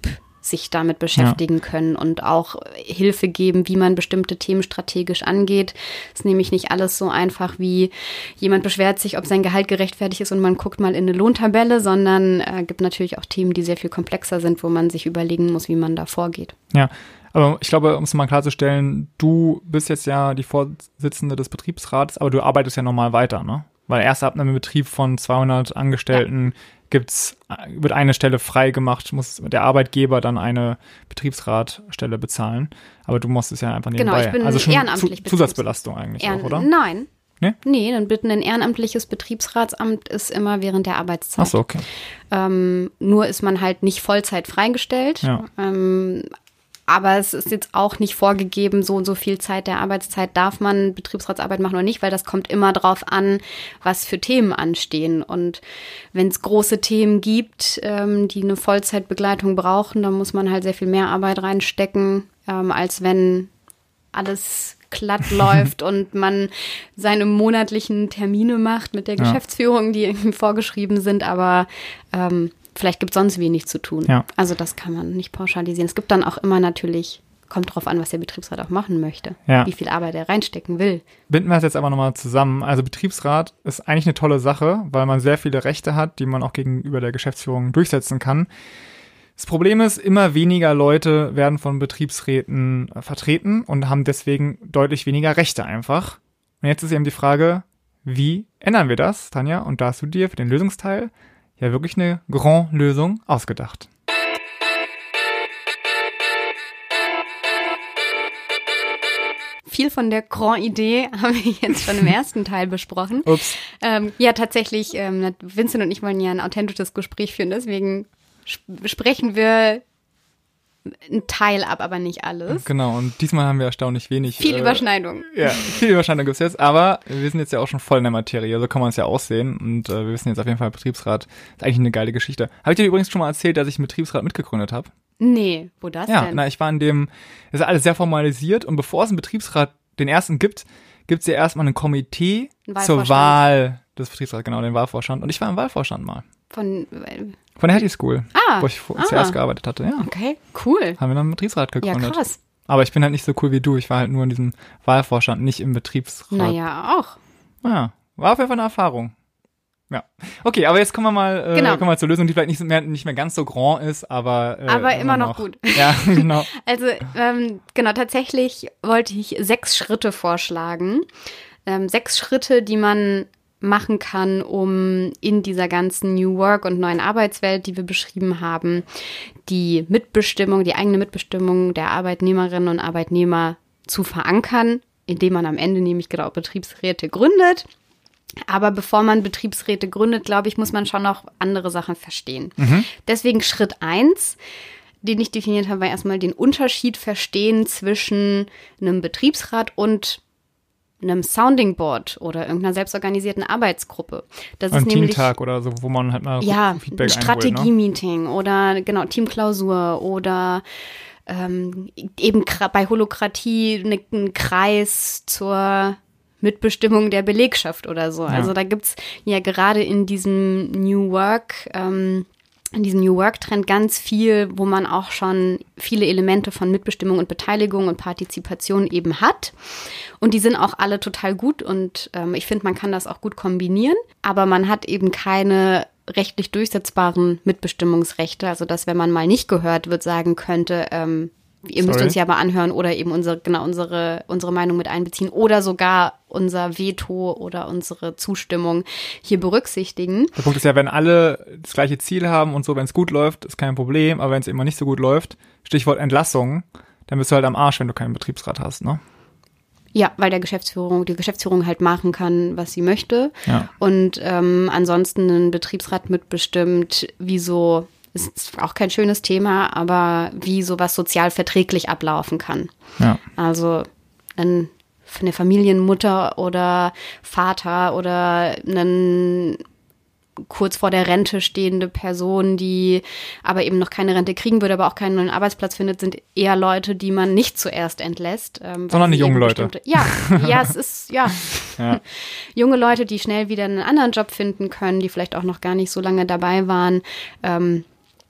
sich damit beschäftigen ja. können und auch Hilfe geben, wie man bestimmte Themen strategisch angeht. Es ist nämlich nicht alles so einfach wie jemand beschwert sich, ob sein Gehalt gerechtfertigt ist und man guckt mal in eine Lohntabelle, sondern es äh, gibt natürlich auch Themen, die sehr viel komplexer sind, wo man sich überlegen muss, wie man da vorgeht. Ja, aber ich glaube, um es mal klarzustellen, du bist jetzt ja die Vorsitzende des Betriebsrats, aber du arbeitest ja normal weiter, ne? Weil erst ab einem Betrieb von zweihundert Angestellten ja. gibt's, wird eine Stelle frei gemacht, muss der Arbeitgeber dann eine Betriebsratstelle bezahlen. Aber du musst es ja einfach nebenbei. Genau, ich bin also schon ehrenamtlich. Zu, Zusatzbelastung eigentlich Ehren- auch, oder? Nein. Nee? Nee, dann bitte ein ehrenamtliches Betriebsratsamt ist immer während der Arbeitszeit. Ach so, okay. Ähm, nur ist man halt nicht Vollzeit freigestellt. Ja. Ähm, Aber es ist jetzt auch nicht vorgegeben, so und so viel Zeit der Arbeitszeit darf man Betriebsratsarbeit machen oder nicht, weil das kommt immer drauf an, was für Themen anstehen. Und wenn es große Themen gibt, ähm, die eine Vollzeitbegleitung brauchen, dann muss man halt sehr viel mehr Arbeit reinstecken, ähm, als wenn alles glatt läuft und man seine monatlichen Termine macht mit der ja. Geschäftsführung, die irgendwie vorgeschrieben sind, aber ähm, vielleicht gibt es sonst wenig zu tun. Ja. Also das kann man nicht pauschalisieren. Es gibt dann auch immer natürlich, kommt drauf an, was der Betriebsrat auch machen möchte, ja. wie viel Arbeit er reinstecken will. Binden wir das jetzt aber nochmal zusammen. Also Betriebsrat ist eigentlich eine tolle Sache, weil man sehr viele Rechte hat, die man auch gegenüber der Geschäftsführung durchsetzen kann. Das Problem ist, immer weniger Leute werden von Betriebsräten vertreten und haben deswegen deutlich weniger Rechte einfach. Und jetzt ist eben die Frage, wie ändern wir das, Tanja? Und da hast du dir für den Lösungsteil ja wirklich eine Grand-Lösung ausgedacht. Viel von der Grand-Idee haben wir jetzt schon im ersten Teil besprochen. Ups. Ähm, ja, tatsächlich, ähm, Vincent und ich wollen ja ein authentisches Gespräch führen, deswegen sp- sprechen wir ein Teil ab, aber nicht alles. Genau, und diesmal haben wir erstaunlich wenig. Viel äh, Überschneidung. Ja, viel Überschneidung gibt es jetzt, aber wir sind jetzt ja auch schon voll in der Materie, so kann man es ja aussehen und äh, wir wissen jetzt auf jeden Fall, Betriebsrat ist eigentlich eine geile Geschichte. Habe ich dir übrigens schon mal erzählt, dass ich einen Betriebsrat mitgegründet habe? Nee, wo das ja, denn? Ja, na, ich war in dem, das ist alles sehr formalisiert und bevor es einen Betriebsrat, den ersten gibt, gibt es ja erstmal ein Komitee Ein zur Wahl des Betriebsrats, genau, den Wahlvorstand. Und ich war im Wahlvorstand mal. Von, äh, Von der Hattie School, ah, wo ich vor, ah. zuerst gearbeitet hatte, ja. Okay, cool. Haben wir dann einen Betriebsrat gegründet. Ja, krass. Aber ich bin halt nicht so cool wie du. Ich war halt nur in diesem Wahlvorstand, nicht im Betriebsrat. Naja, auch. Ja, war auf jeden Fall eine Erfahrung. Ja. Okay, aber jetzt kommen wir mal, äh, genau. kommen wir mal zur Lösung, die vielleicht nicht mehr, nicht mehr ganz so grand ist, aber äh, Aber immer noch, noch gut. Ja, genau. Also, ähm, genau, tatsächlich wollte ich sechs Schritte vorschlagen. Ähm, sechs Schritte, die man machen kann, um in dieser ganzen New Work und neuen Arbeitswelt, die wir beschrieben haben, die Mitbestimmung, die eigene Mitbestimmung der Arbeitnehmerinnen und Arbeitnehmer zu verankern, indem man am Ende nämlich genau Betriebsräte gründet. Aber bevor man Betriebsräte gründet, glaube ich, muss man schon noch andere Sachen verstehen. Mhm. Deswegen Schritt eins, den ich definiert habe, war erstmal den Unterschied verstehen zwischen einem Betriebsrat und einem Sounding Board oder irgendeiner selbstorganisierten Arbeitsgruppe. Das ein ist nämlich Teamtag oder so, wo man halt mal ja, Feedback ein Strategie-Meeting, ne? Oder genau Teamklausur oder ähm, eben bei Holokratie ne, ein Kreis zur Mitbestimmung der Belegschaft oder so. Ja. Also da gibt's ja gerade in diesem New Work ähm, in diesem New Work-Trend ganz viel, wo man auch schon viele Elemente von Mitbestimmung und Beteiligung und Partizipation eben hat. Und die sind auch alle total gut und ähm, ich finde, man kann das auch gut kombinieren. Aber man hat eben keine rechtlich durchsetzbaren Mitbestimmungsrechte. Also dass, wenn man mal nicht gehört wird, sagen könnte, ähm, ihr Sorry. müsst uns ja aber anhören oder eben unsere, genau, unsere, unsere Meinung mit einbeziehen oder sogar unser Veto oder unsere Zustimmung hier berücksichtigen. Der Punkt ist ja, wenn alle das gleiche Ziel haben und so, wenn es gut läuft, ist kein Problem, aber wenn es immer nicht so gut läuft, Stichwort Entlassung, dann bist du halt am Arsch, wenn du keinen Betriebsrat hast, ne? Ja, weil der Geschäftsführung, die Geschäftsführung halt machen kann, was sie möchte. Ja. Und ähm, ansonsten ein Betriebsrat mitbestimmt, wie so, ist auch kein schönes Thema, aber wie sowas sozial verträglich ablaufen kann. Ja. Also ein, eine Familienmutter oder Vater oder einen kurz vor der Rente stehende Person, die aber eben noch keine Rente kriegen würde, aber auch keinen neuen Arbeitsplatz findet, sind eher Leute, die man nicht zuerst entlässt. Ähm, Sondern die jungen Leute. Ja, ja, es ist, ja. ja. Junge Leute, die schnell wieder einen anderen Job finden können, die vielleicht auch noch gar nicht so lange dabei waren. Ähm,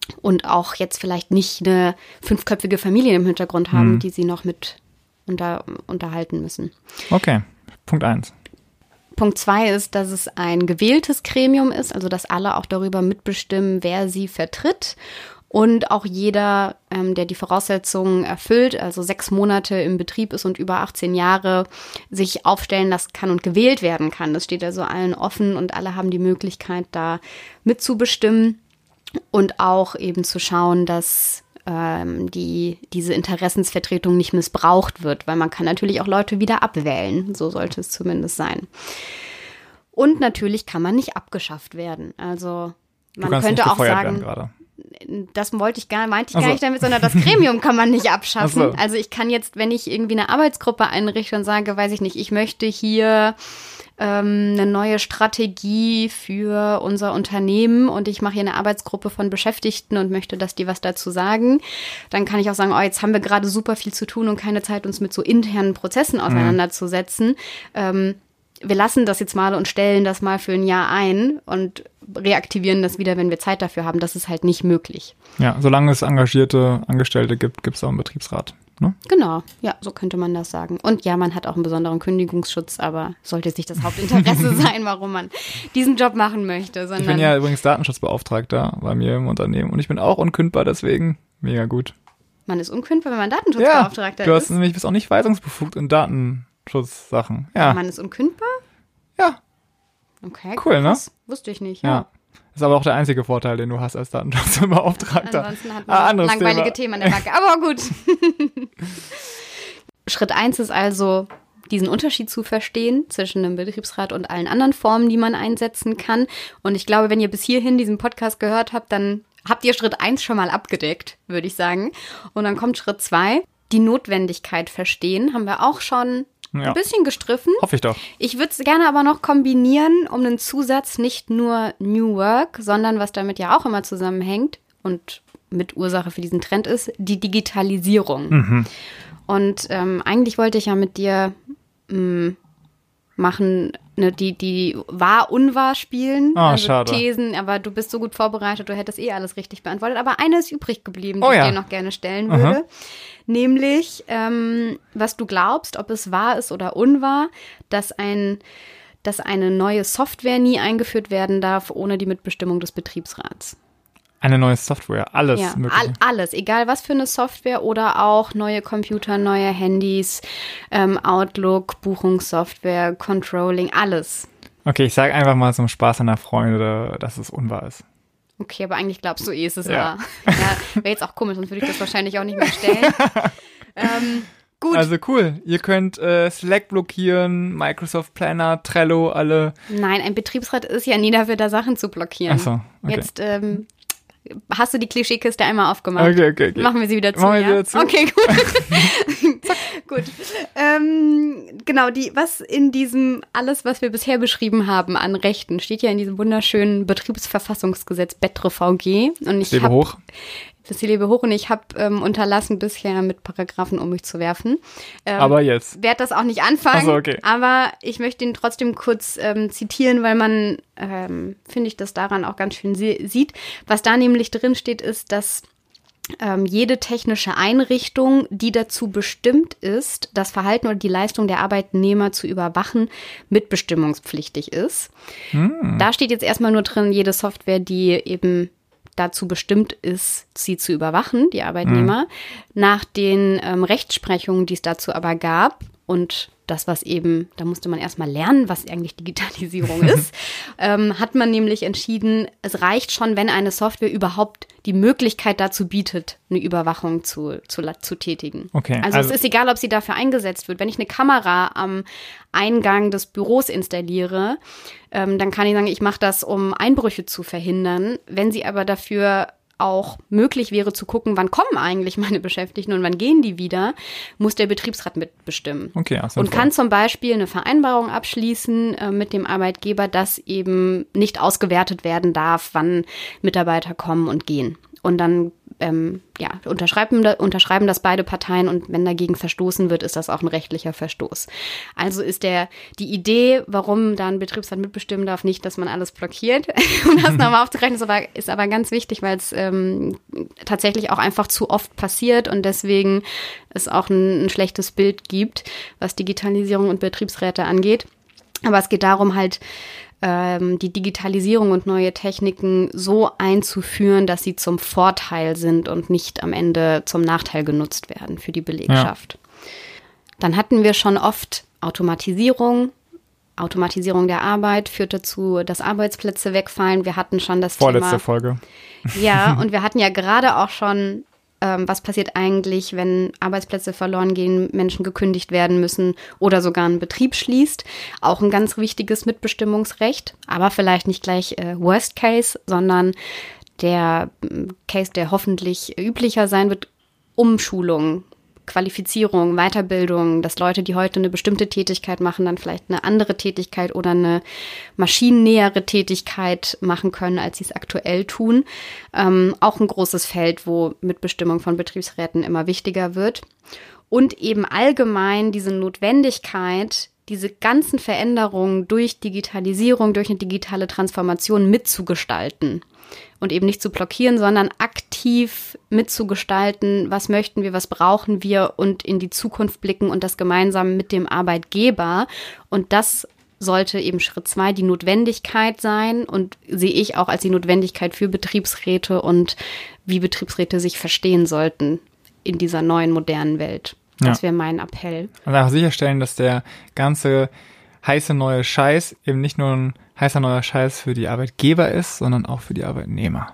und auch jetzt vielleicht nicht eine fünfköpfige Familie im Hintergrund haben, Mhm. die sie noch mit unter, unterhalten müssen. Okay, Punkt eins. Punkt zwei ist, dass es ein gewähltes Gremium ist, also dass alle auch darüber mitbestimmen, wer sie vertritt. Und auch jeder, ähm, der die Voraussetzungen erfüllt, also sechs Monate im Betrieb ist und über achtzehn Jahre, sich aufstellen lassen kann und gewählt werden kann. Das steht also allen offen und alle haben die Möglichkeit, da mitzubestimmen und auch eben zu schauen, dass ähm, die, diese Interessensvertretung nicht missbraucht wird, weil man kann natürlich auch Leute wieder abwählen. So sollte es zumindest sein. Und natürlich kann man nicht abgeschafft werden. Also man du kannst könnte nicht auch gefeuert sagen, werden gerade. das wollte ich gar, meinte ich Ach gar so. nicht damit, sondern das Gremium kann man nicht abschaffen. Ach so. Also ich kann jetzt, wenn ich irgendwie eine Arbeitsgruppe einrichte und sage, weiß ich nicht, ich möchte hier ähm, eine neue Strategie für unser Unternehmen und ich mache hier eine Arbeitsgruppe von Beschäftigten und möchte, dass die was dazu sagen, dann kann ich auch sagen, oh, jetzt haben wir gerade super viel zu tun und keine Zeit, uns mit so internen Prozessen auseinanderzusetzen. Ähm, wir lassen das jetzt mal und stellen das mal für ein Jahr ein und reaktivieren das wieder, wenn wir Zeit dafür haben. Das ist halt nicht möglich. Ja, solange es engagierte Angestellte gibt, gibt es auch einen Betriebsrat. Ne? Genau, ja, so könnte man das sagen. Und ja, man hat auch einen besonderen Kündigungsschutz, aber sollte es nicht das Hauptinteresse sein, warum man diesen Job machen möchte. Sondern Ich bin ja übrigens Datenschutzbeauftragter bei mir im Unternehmen und ich bin auch unkündbar, deswegen mega gut. Man ist unkündbar, wenn man Datenschutzbeauftragter ja, du hast ist. nämlich bist auch nicht weisungsbefugt in Datenschutzsachen. Ja, Man ist unkündbar? ja, Okay, Cool, ne? krass. Wusste ich nicht, ja. ja. Das ist aber auch der einzige Vorteil, den du hast als Datenschutzbeauftragter. Ansonsten hat man Ah, ah, anderes langweilige Thema. Themen an der Backe. Aber gut. Schritt eins ist also, diesen Unterschied zu verstehen zwischen einem Betriebsrat und allen anderen Formen, die man einsetzen kann. Und ich glaube, wenn ihr bis hierhin diesen Podcast gehört habt, dann habt ihr Schritt eins schon mal abgedeckt, würde ich sagen. Und dann kommt Schritt zwei, die Notwendigkeit verstehen. Haben wir auch schon Ja. ein bisschen gestriffen. Hoffe ich doch. Ich würde es gerne aber noch kombinieren, um einen Zusatz, nicht nur New Work, sondern was damit ja auch immer zusammenhängt und mit Ursache für diesen Trend ist, die Digitalisierung. Mhm. Und ähm, eigentlich wollte ich ja mit dir mh, machen, ne, die, die Wahr-Unwahr spielen, Ah, also schade. Thesen, aber du bist so gut vorbereitet, du hättest eh alles richtig beantwortet. Aber eine ist übrig geblieben, die Oh ich ja. dir noch gerne stellen Aha. würde. Nämlich, ähm, was du glaubst, ob es wahr ist oder unwahr, dass ein dass eine neue Software nie eingeführt werden darf, ohne die Mitbestimmung des Betriebsrats. Eine neue Software, alles Ja, mögliche. all, alles, egal was für eine Software oder auch neue Computer, neue Handys, ähm, Outlook, Buchungssoftware, Controlling, alles. Okay, ich sage einfach mal zum Spaß an der Freunde, dass es unwahr ist. Okay, aber eigentlich glaubst du eh, ist es Ja. wahr. Ja, wäre jetzt auch komisch, sonst würde ich das wahrscheinlich auch nicht mehr stellen. ähm, gut. Also cool, ihr könnt äh, Slack blockieren, Microsoft Planner, Trello, alle. Nein, ein Betriebsrat ist ja nie dafür da, Sachen zu blockieren. Ach so, okay. Jetzt ähm, hast du die Klischeekiste einmal aufgemacht. Okay, okay, okay. Machen wir sie wieder zu, Machen wir ja? wieder zu. Okay, gut. Gut. Ähm, genau, die, was in diesem, alles, was wir bisher beschrieben haben an Rechten, steht ja in diesem wunderschönen Betriebsverfassungsgesetz B E T R E V G. Und ich Lebe hab, hoch. Das hier lebe hoch und ich habe ähm, unterlassen, bisher mit Paragraphen um mich zu werfen. Ähm, Aber jetzt. werde das auch nicht anfangen, Ach so, okay. aber ich möchte ihn trotzdem kurz ähm, zitieren, weil man, ähm, finde ich, das daran auch ganz schön sie- sieht. Was da nämlich drin steht, ist, dass ähm, jede technische Einrichtung, die dazu bestimmt ist, das Verhalten oder die Leistung der Arbeitnehmer zu überwachen, mitbestimmungspflichtig ist. Hm. Da steht jetzt erstmal nur drin, jede Software, die eben dazu bestimmt ist, sie zu überwachen, die Arbeitnehmer. Nach den ähm, Rechtsprechungen, die es dazu aber gab und das, was eben, da musste man erstmal lernen, was eigentlich Digitalisierung ist, ähm, hat man nämlich entschieden, es reicht schon, wenn eine Software überhaupt die Möglichkeit dazu bietet, eine Überwachung zu, zu, zu tätigen. Okay, Also, also- es ist egal, ob sie dafür eingesetzt wird. Wenn ich eine Kamera am Eingang des Büros installiere, ähm, dann kann ich sagen, ich mache das, um Einbrüche zu verhindern. Wenn sie aber dafür auch möglich wäre zu gucken, wann kommen eigentlich meine Beschäftigten und wann gehen die wieder, muss der Betriebsrat mitbestimmen. Okay, ach, Und sinnvoll. kann zum Beispiel eine Vereinbarung abschließen äh, mit dem Arbeitgeber, dass eben nicht ausgewertet werden darf, wann Mitarbeiter kommen und gehen. Und dann ähm, ja, unterschreiben, unterschreiben das beide Parteien und wenn dagegen verstoßen wird, ist das auch ein rechtlicher Verstoß. Also ist der die Idee, warum da ein Betriebsrat mitbestimmen darf, nicht, dass man alles blockiert, um das nochmal aufzurechnen, ist aber, ist aber ganz wichtig, weil es ähm, tatsächlich auch einfach zu oft passiert und deswegen es auch ein, ein schlechtes Bild gibt, was Digitalisierung und Betriebsräte angeht. Aber es geht darum, halt ähm, die Digitalisierung und neue Techniken so einzuführen, dass sie zum Vorteil sind und nicht am Ende zum Nachteil genutzt werden für die Belegschaft. Ja. Dann hatten wir schon oft Automatisierung. Automatisierung der Arbeit führt dazu, dass Arbeitsplätze wegfallen. Wir hatten schon das Vorletzte Thema. Folge. Ja, und wir hatten ja gerade auch schon was passiert eigentlich, wenn Arbeitsplätze verloren gehen, Menschen gekündigt werden müssen oder sogar ein Betrieb schließt. Auch ein ganz wichtiges Mitbestimmungsrecht, aber vielleicht nicht gleich äh, Worst Case, sondern der äh, Case, der hoffentlich üblicher sein wird, Umschulung, Qualifizierung, Weiterbildung, dass Leute, die heute eine bestimmte Tätigkeit machen, dann vielleicht eine andere Tätigkeit oder eine maschinennähere Tätigkeit machen können, als sie es aktuell tun. Ähm, auch ein großes Feld, wo Mitbestimmung von Betriebsräten immer wichtiger wird. Und eben allgemein diese Notwendigkeit, diese ganzen Veränderungen durch Digitalisierung, durch eine digitale Transformation mitzugestalten. Und eben nicht zu blockieren, sondern aktiv mitzugestalten, was möchten wir, was brauchen wir und in die Zukunft blicken und das gemeinsam mit dem Arbeitgeber. Und das sollte eben Schritt zwei die Notwendigkeit sein und sehe ich auch als die Notwendigkeit für Betriebsräte und wie Betriebsräte sich verstehen sollten in dieser neuen, modernen Welt. Das wäre mein Appell. Und auch sicherstellen, dass der ganze heiße neue Scheiß eben nicht nur ein heißer neuer Scheiß für die Arbeitgeber ist, sondern auch für die Arbeitnehmer.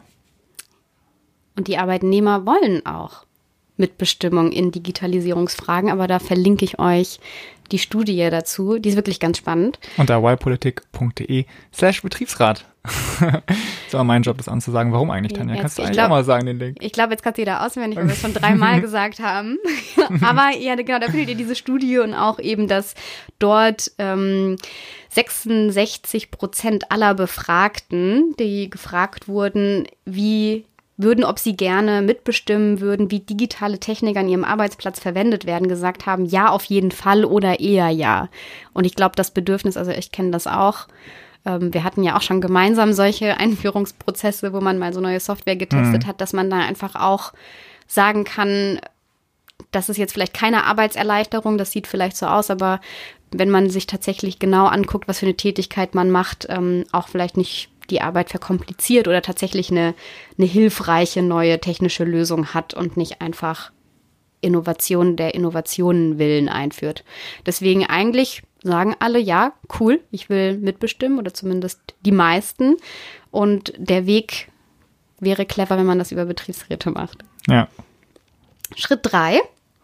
Und die Arbeitnehmer wollen auch Mitbestimmung in Digitalisierungsfragen, aber da verlinke ich euch die Studie dazu. Die ist wirklich ganz spannend. Unter ypolitik.de slash Betriebsrat. Ist aber mein Job, das anzusagen. Warum eigentlich, Tanja? Jetzt, kannst du eigentlich glaub, auch mal sagen, den Link. Ich glaube, jetzt kannst du jeder auswendig, weil wir es schon dreimal gesagt haben. Aber ja, genau, da findet ihr diese Studie und auch eben, dass dort ähm, sechsundsechzig Prozent aller Befragten, die gefragt wurden, wie würden, ob sie gerne mitbestimmen würden, wie digitale Technik an ihrem Arbeitsplatz verwendet werden, gesagt haben, ja, auf jeden Fall oder eher ja. Und ich glaube, das Bedürfnis, also ich kenne das auch, ähm, wir hatten ja auch schon gemeinsam solche Einführungsprozesse, wo man mal so neue Software getestet mhm. hat, dass man da einfach auch sagen kann, das ist jetzt vielleicht keine Arbeitserleichterung, das sieht vielleicht so aus, aber wenn man sich tatsächlich genau anguckt, was für eine Tätigkeit man macht, ähm, auch vielleicht nicht die Arbeit verkompliziert oder tatsächlich eine, eine hilfreiche neue technische Lösung hat und nicht einfach Innovation der Innovationen willen einführt. Deswegen eigentlich sagen alle, ja, cool, ich will mitbestimmen oder zumindest die meisten. Und der Weg wäre clever, wenn man das über Betriebsräte macht. Ja. Schritt drei.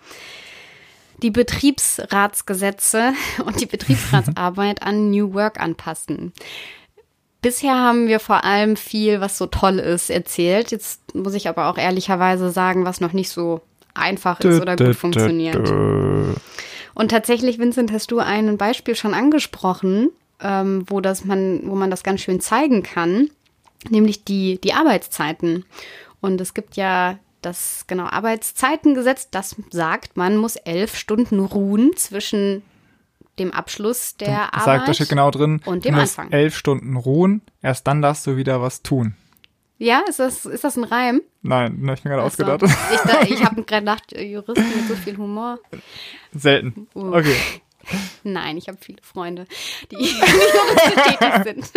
Die Betriebsratsgesetze und die Betriebsratsarbeit an New Work anpassen. Bisher haben wir vor allem viel, was so toll ist, erzählt. Jetzt muss ich aber auch ehrlicherweise sagen, was noch nicht so einfach ist oder gut funktioniert. Und tatsächlich, Vincent, hast du ein Beispiel schon angesprochen, ähm, wo das man, wo man das ganz schön zeigen kann, nämlich die, die Arbeitszeiten. Und es gibt ja das genau Arbeitszeitengesetz, das sagt, man muss elf Stunden ruhen zwischen dem Abschluss der das Arbeit sagt, da steht genau drin, und dem du musst Anfang. elf Stunden ruhen, erst dann darfst du wieder was tun. Ja, ist das, ist das ein Reim? Nein, habe ich mir gerade Achso. ausgedacht. Ich, da, ich habe gerade gedacht, Juristen mit so viel Humor. Selten. Uh. Okay. Nein, ich habe viele Freunde, die juristisch tätig sind.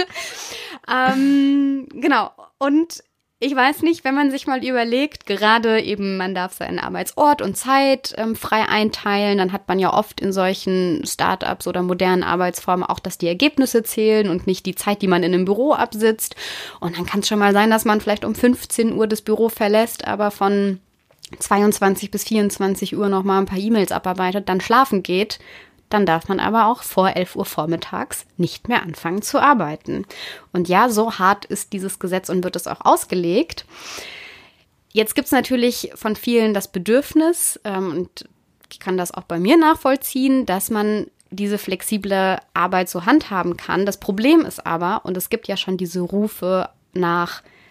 ähm, genau. Und ich weiß nicht, wenn man sich mal überlegt, gerade eben, man darf seinen Arbeitsort und Zeit ähm, frei einteilen, dann hat man ja oft in solchen Startups oder modernen Arbeitsformen auch, dass die Ergebnisse zählen und nicht die Zeit, die man in einem Büro absitzt. Und dann kann es schon mal sein, dass man vielleicht um fünfzehn Uhr das Büro verlässt, aber von zweiundzwanzig bis vierundzwanzig Uhr noch mal ein paar E-Mails abarbeitet, dann schlafen geht. Dann darf man aber auch vor elf Uhr vormittags nicht mehr anfangen zu arbeiten. Und ja, so hart ist dieses Gesetz und wird es auch ausgelegt. Jetzt gibt es natürlich von vielen das Bedürfnis, ähm, und ich kann das auch bei mir nachvollziehen, dass man diese flexible Arbeit so handhaben kann. Das Problem ist aber, und es gibt ja schon diese Rufe nach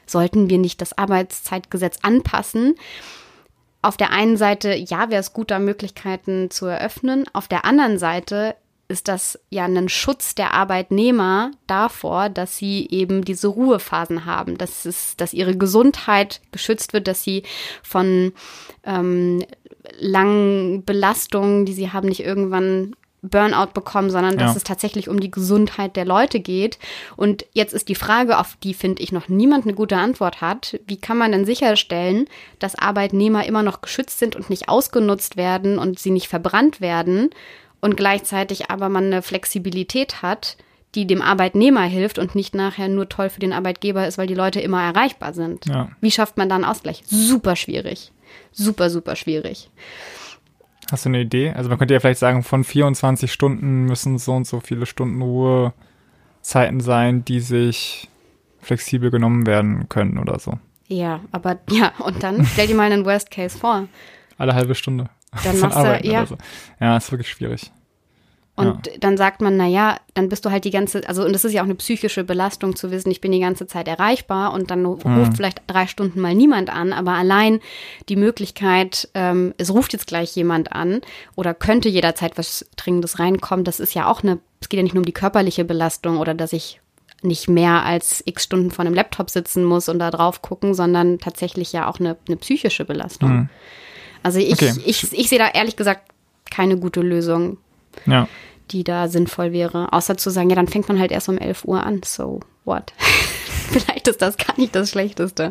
sollten wir nicht das Arbeitszeitgesetz anpassen? Auf der einen Seite, ja, wäre es gut, da Möglichkeiten zu eröffnen. Auf der anderen Seite ist das ja ein Schutz der Arbeitnehmer davor, dass sie eben diese Ruhephasen haben, dass es, dass ihre Gesundheit geschützt wird, dass sie von ähm, langen Belastungen, die sie haben, nicht irgendwann Burnout bekommen, sondern dass ja. es tatsächlich um die Gesundheit der Leute geht. Und jetzt ist die Frage, auf die, finde ich, noch niemand eine gute Antwort hat. Wie kann man denn sicherstellen, dass Arbeitnehmer immer noch geschützt sind und nicht ausgenutzt werden und sie nicht verbrannt werden und gleichzeitig aber man eine Flexibilität hat, die dem Arbeitnehmer hilft und nicht nachher nur toll für den Arbeitgeber ist, weil die Leute immer erreichbar sind. Ja. Wie schafft man da einen Ausgleich? Super schwierig. Super, super schwierig. Hast du eine Idee? Also man könnte ja vielleicht sagen, von vierundzwanzig Stunden müssen so und so viele Stunden Ruhezeiten sein, die sich flexibel genommen werden können oder so. Ja, aber ja, und dann stell dir mal einen Worst Case vor. Alle halbe Stunde. Dann machst du, ja. So. Ja, ist wirklich schwierig. Und ja. dann sagt man, naja, dann bist du halt die ganze, also und das ist ja auch eine psychische Belastung zu wissen, ich bin die ganze Zeit erreichbar und dann ruft mhm. vielleicht drei Stunden mal niemand an, aber allein die Möglichkeit, ähm, es ruft jetzt gleich jemand an oder könnte jederzeit was Dringendes reinkommen, das ist ja auch eine, es geht ja nicht nur um die körperliche Belastung oder dass ich nicht mehr als x Stunden vor einem Laptop sitzen muss und da drauf gucken, sondern tatsächlich ja auch eine, eine psychische Belastung. Mhm. Also ich, okay. ich, ich sehe da ehrlich gesagt keine gute Lösung. Ja. Die da sinnvoll wäre, außer zu sagen, ja, dann fängt man halt erst um elf Uhr an, so what? Vielleicht ist das gar nicht das Schlechteste.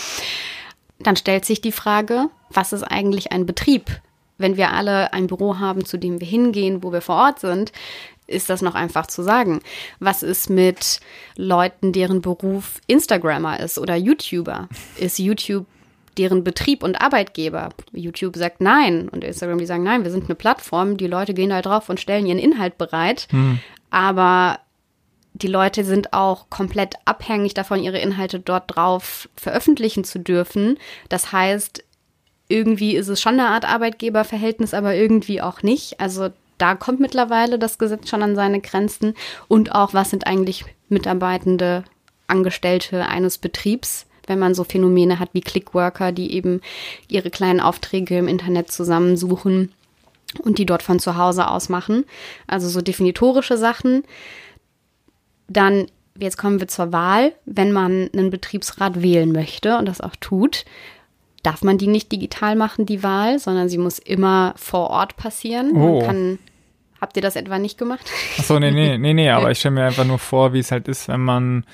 Dann stellt sich die Frage, was ist eigentlich ein Betrieb? Wenn wir alle ein Büro haben, zu dem wir hingehen, wo wir vor Ort sind, ist das noch einfach zu sagen. Was ist mit Leuten, deren Beruf Instagrammer ist oder YouTuber? Ist YouTube deren Betrieb und Arbeitgeber? YouTube sagt nein und Instagram, die sagen nein, wir sind eine Plattform, die Leute gehen da drauf und stellen ihren Inhalt bereit, hm. aber die Leute sind auch komplett abhängig davon, ihre Inhalte dort drauf veröffentlichen zu dürfen. Das heißt, irgendwie ist es schon eine Art Arbeitgeberverhältnis, aber irgendwie auch nicht. Also da kommt mittlerweile das Gesetz schon an seine Grenzen und auch, was sind eigentlich Mitarbeitende, Angestellte eines Betriebs, wenn man so Phänomene hat wie Clickworker, die eben ihre kleinen Aufträge im Internet zusammensuchen und die dort von zu Hause aus machen. Also so definitorische Sachen. Dann, jetzt kommen wir zur Wahl. Wenn man einen Betriebsrat wählen möchte und das auch tut, darf man die nicht digital machen, die Wahl, sondern sie muss immer vor Ort passieren. Oh. Man kann, habt ihr das etwa nicht gemacht? Ach so, nee, nee, nee, nee, aber ich stelle mir einfach nur vor, wie es halt ist, wenn man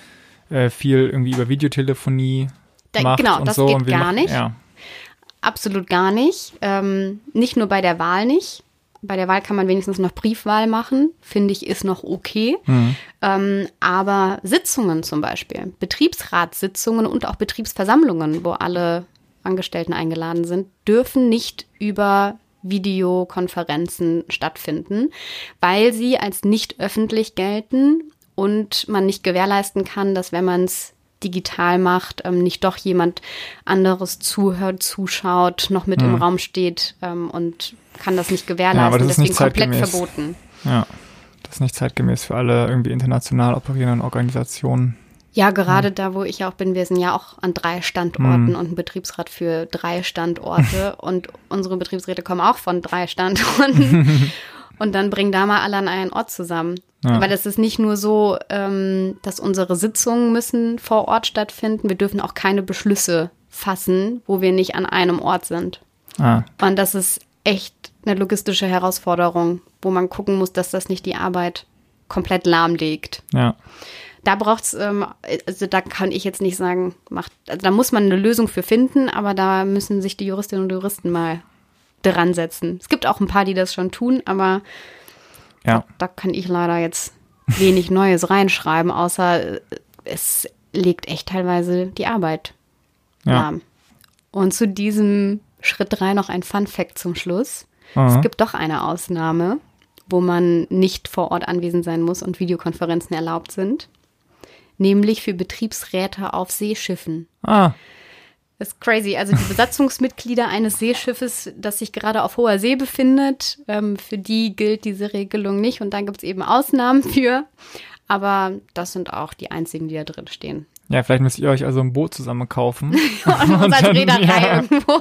viel irgendwie über Videotelefonie da, macht genau, und das so. Geht und wir gar machen, nicht. Ja. Absolut gar nicht. Ähm, nicht nur bei der Wahl nicht. Bei der Wahl kann man wenigstens noch Briefwahl machen. Finde ich, ist noch okay. Mhm. Ähm, aber Sitzungen zum Beispiel, Betriebsratssitzungen und auch Betriebsversammlungen, wo alle Angestellten eingeladen sind, dürfen nicht über Videokonferenzen stattfinden, weil sie als nicht öffentlich gelten und man nicht gewährleisten kann, dass wenn man es digital macht, ähm, nicht doch jemand anderes zuhört, zuschaut, noch mit hm. im Raum steht ähm, und kann das nicht gewährleisten. Ja, aber das ist deswegen nicht komplett zeitgemäß. Verboten. Ja, das ist nicht zeitgemäß für alle irgendwie international operierenden Organisationen. Ja, gerade ja. da, wo ich auch bin, wir sind ja auch an drei Standorten hm. und ein Betriebsrat für drei Standorte und unsere Betriebsräte kommen auch von drei Standorten. Und dann bringen da mal alle an einen Ort zusammen. Ja. Weil es ist nicht nur so, ähm, dass unsere Sitzungen müssen vor Ort stattfinden. Wir dürfen auch keine Beschlüsse fassen, wo wir nicht an einem Ort sind. Ah. Und das ist echt eine logistische Herausforderung, wo man gucken muss, dass das nicht die Arbeit komplett lahmlegt. Ja. Da braucht's, ähm, also da kann ich jetzt nicht sagen, macht, also da muss man eine Lösung für finden, aber da müssen sich die Juristinnen und Juristen mal dran setzen. Es gibt auch ein paar, die das schon tun, aber ja. da, da kann ich leider jetzt wenig Neues reinschreiben, außer es legt echt teilweise die Arbeit ja. lahm. Und zu diesem Schritt drei noch ein Fun-Fact zum Schluss. Aha. Es gibt doch eine Ausnahme, wo man nicht vor Ort anwesend sein muss und Videokonferenzen erlaubt sind, nämlich für Betriebsräte auf Seeschiffen. Ah. Das ist crazy. Also die Besatzungsmitglieder eines Seeschiffes, das sich gerade auf hoher See befindet, ähm, für die gilt diese Regelung nicht. Und dann gibt es eben Ausnahmen für. Aber das sind auch die einzigen, die da drin stehen. Ja, vielleicht müsst ihr euch also ein Boot zusammen kaufen. und uns als dann, Reederei ja. irgendwo.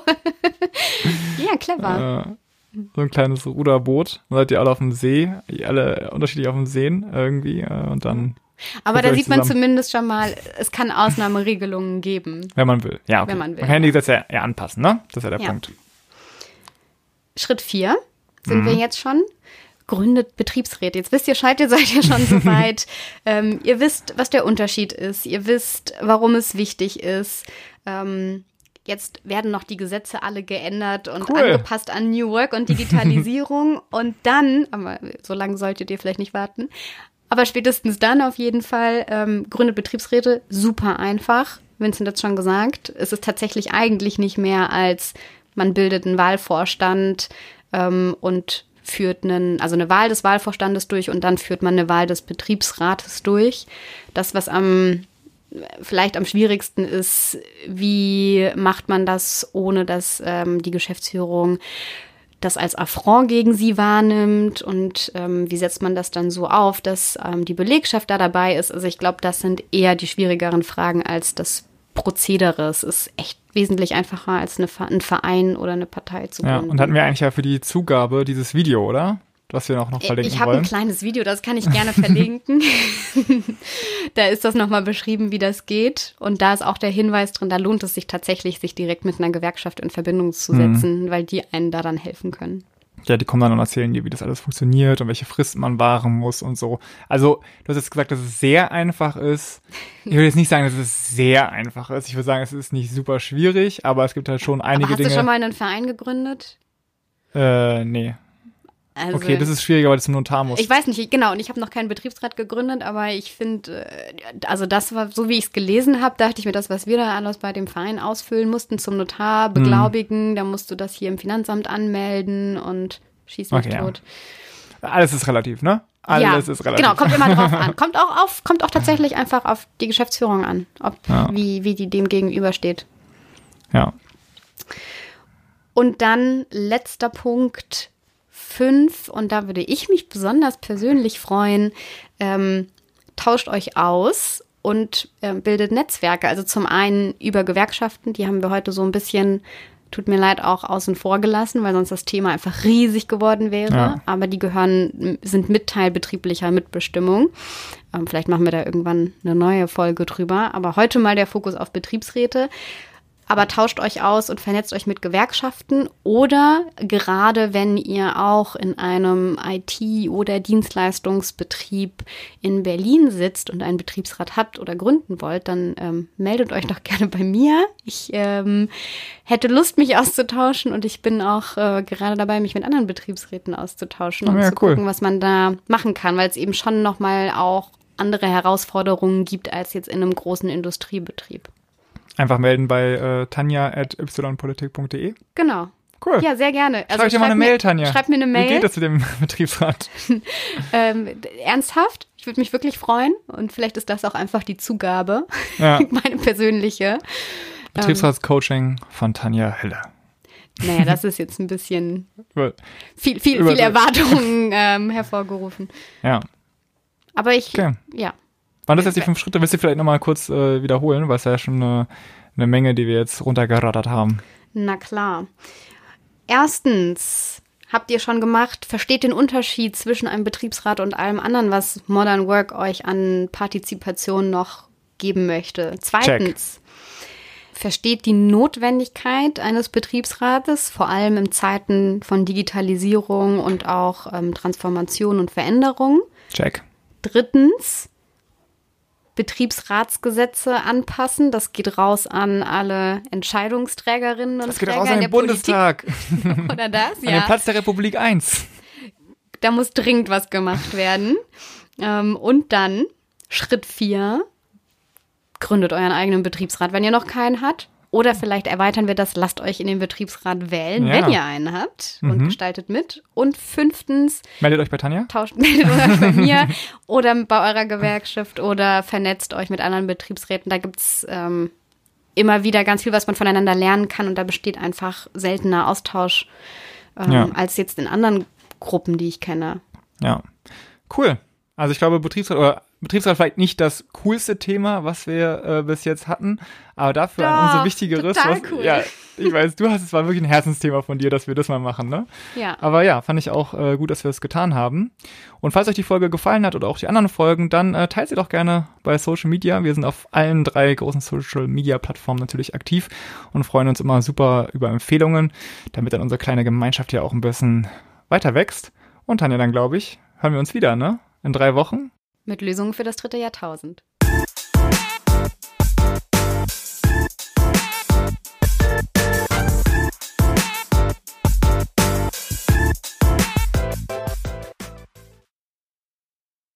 Ja, clever. Äh, so ein kleines Ruderboot. Dann seid ihr alle auf dem See, alle unterschiedlich auf dem Seen irgendwie äh, und dann Aber guckt da ihr euch sieht man zusammen. zumindest schon mal, es kann Ausnahmeregelungen geben. Wenn man will. Ja, okay. Wenn man will, Man kann die ja. Gesetze ja, ja anpassen, ne? Das ist ja der Ja. Punkt. Schritt vier sind Mhm. wir jetzt schon. Gründet Betriebsräte. Jetzt wisst ihr, seid ihr seid ja schon so weit. ähm, ihr wisst, was der Unterschied ist. Ihr wisst, warum es wichtig ist. Ähm, jetzt werden noch die Gesetze alle geändert und Cool. angepasst an New Work und Digitalisierung. Und dann, aber so lange solltet ihr vielleicht nicht warten, aber spätestens dann auf jeden Fall ähm, gründet Betriebsräte. Super einfach. Vincent hat es schon gesagt. Es ist tatsächlich eigentlich nicht mehr als man bildet einen Wahlvorstand ähm, und führt einen, also eine Wahl des Wahlvorstandes durch und dann führt man eine Wahl des Betriebsrates durch. Das, was am vielleicht am schwierigsten ist, wie macht man das, ohne dass ähm, die Geschäftsführung das als Affront gegen sie wahrnimmt und ähm, wie setzt man das dann so auf, dass ähm, die Belegschaft da dabei ist. Also ich glaube, das sind eher die schwierigeren Fragen als das Prozedere. Es ist echt wesentlich einfacher, als eine, ein Verein oder eine Partei zu gründen. Ja, und hatten wir eigentlich ja für die Zugabe dieses Video, oder? Was wir auch noch verlinken Ich habe wollen. ein kleines Video, das kann ich gerne verlinken. Da ist das nochmal beschrieben, wie das geht. Und da ist auch der Hinweis drin, da lohnt es sich tatsächlich, sich direkt mit einer Gewerkschaft in Verbindung zu setzen, mhm. weil die einen daran helfen können. Ja, die kommen dann und erzählen dir, wie das alles funktioniert und welche Fristen man wahren muss und so. Also, du hast jetzt gesagt, dass es sehr einfach ist. Ich würde jetzt nicht sagen, dass es sehr einfach ist. Ich würde sagen, es ist nicht super schwierig, aber es gibt halt schon einige aber hast Dinge. Hast du schon mal einen Verein gegründet? Äh, nee. Also, okay, das ist schwieriger, weil du zum Notar musst. Ich weiß nicht, genau, und ich habe noch keinen Betriebsrat gegründet, aber ich finde, also das war, so wie ich es gelesen habe, dachte ich mir, das, was wir da alles bei dem Verein ausfüllen mussten, zum Notar beglaubigen, hm. da musst du das hier im Finanzamt anmelden und schieß mich okay, tot. Ja. Alles ist relativ, ne? Alles ja, ist relativ. Genau, kommt immer drauf an. Kommt auch auf, kommt auch tatsächlich einfach auf die Geschäftsführung an, ob ja. wie, wie die dem gegenübersteht. Ja. Und dann letzter Punkt, fünf, und da würde ich mich besonders persönlich freuen, ähm, tauscht euch aus und äh, bildet Netzwerke. Also zum einen über Gewerkschaften, die haben wir heute so ein bisschen, tut mir leid, auch außen vor gelassen, weil sonst das Thema einfach riesig geworden wäre. Ja. Aber die gehören, sind Mitteil betrieblicher Mitbestimmung. Ähm, vielleicht machen wir da irgendwann eine neue Folge drüber. Aber heute mal der Fokus auf Betriebsräte. Aber tauscht euch aus und vernetzt euch mit Gewerkschaften oder gerade wenn ihr auch in einem I T- oder Dienstleistungsbetrieb in Berlin sitzt und einen Betriebsrat habt oder gründen wollt, dann ähm, meldet euch doch gerne bei mir. Ich ähm, hätte Lust, mich auszutauschen und ich bin auch äh, gerade dabei, mich mit anderen Betriebsräten auszutauschen und ja, zu cool. gucken, was man da machen kann, weil es eben schon nochmal auch andere Herausforderungen gibt als jetzt in einem großen Industriebetrieb. Einfach melden bei äh, tanja at y politik punkt de. Genau. Cool. Ja, sehr gerne. Also schreib dir mal eine mir, Mail, Tanja. Schreib mir eine Mail. Wie geht es mit dem Betriebsrat? ähm, ernsthaft? Ich würde mich wirklich freuen. Und vielleicht ist das auch einfach die Zugabe. Ja. Meine persönliche. Betriebsratscoaching von Tanja Helle. Naja, das ist jetzt ein bisschen Über, viel, viel, viel Erwartungen ähm, hervorgerufen. Ja. Aber ich, okay. ja. Waren das jetzt die fünf Schritte? Willst du vielleicht nochmal kurz äh, wiederholen? Weil es ja schon eine, eine Menge, die wir jetzt runtergerattert haben. Na klar. Erstens, habt ihr schon gemacht, versteht den Unterschied zwischen einem Betriebsrat und allem anderen, was Modern Work euch an Partizipation noch geben möchte. Zweitens, Check. Versteht die Notwendigkeit eines Betriebsrates, vor allem in Zeiten von Digitalisierung und auch ähm, Transformation und Veränderung. Check. Drittens, Betriebsratsgesetze anpassen. Das geht raus an alle Entscheidungsträgerinnen und das geht Träger raus an in den der Bundestag. Politik. Oder das, ja. An den Platz der Republik eins. Da muss dringend was gemacht werden. Ähm, und dann, Schritt vier, gründet euren eigenen Betriebsrat, wenn ihr noch keinen habt. Oder vielleicht erweitern wir das, lasst euch in den Betriebsrat wählen, ja. wenn ihr einen habt und mhm. gestaltet mit. Und fünftens, meldet euch bei Tanja. Tauscht, meldet euch bei mir oder bei eurer Gewerkschaft oder vernetzt euch mit anderen Betriebsräten. Da gibt es ähm, immer wieder ganz viel, was man voneinander lernen kann und da besteht einfach seltener Austausch ähm, ja. als jetzt in anderen Gruppen, die ich kenne. Ja, cool. Also ich glaube, Betriebsrat oder Betriebsrat vielleicht nicht das coolste Thema, was wir äh, bis jetzt hatten, aber dafür Doch, ein umso wichtigeres. total was, cool. Ja, ich weiß, du hast, es war wirklich ein Herzensthema von dir, dass wir das mal machen, ne? Ja. Aber ja, fand ich auch äh, gut, dass wir es getan haben. Und falls euch die Folge gefallen hat oder auch die anderen Folgen, dann äh, teilt sie doch gerne bei Social Media. Wir sind auf allen drei großen Social Media Plattformen natürlich aktiv und freuen uns immer super über Empfehlungen, damit dann unsere kleine Gemeinschaft ja auch ein bisschen weiter wächst. Und Tanja, dann glaube ich, hören wir uns wieder, ne? In drei Wochen. Mit Lösungen für das dritte Jahrtausend.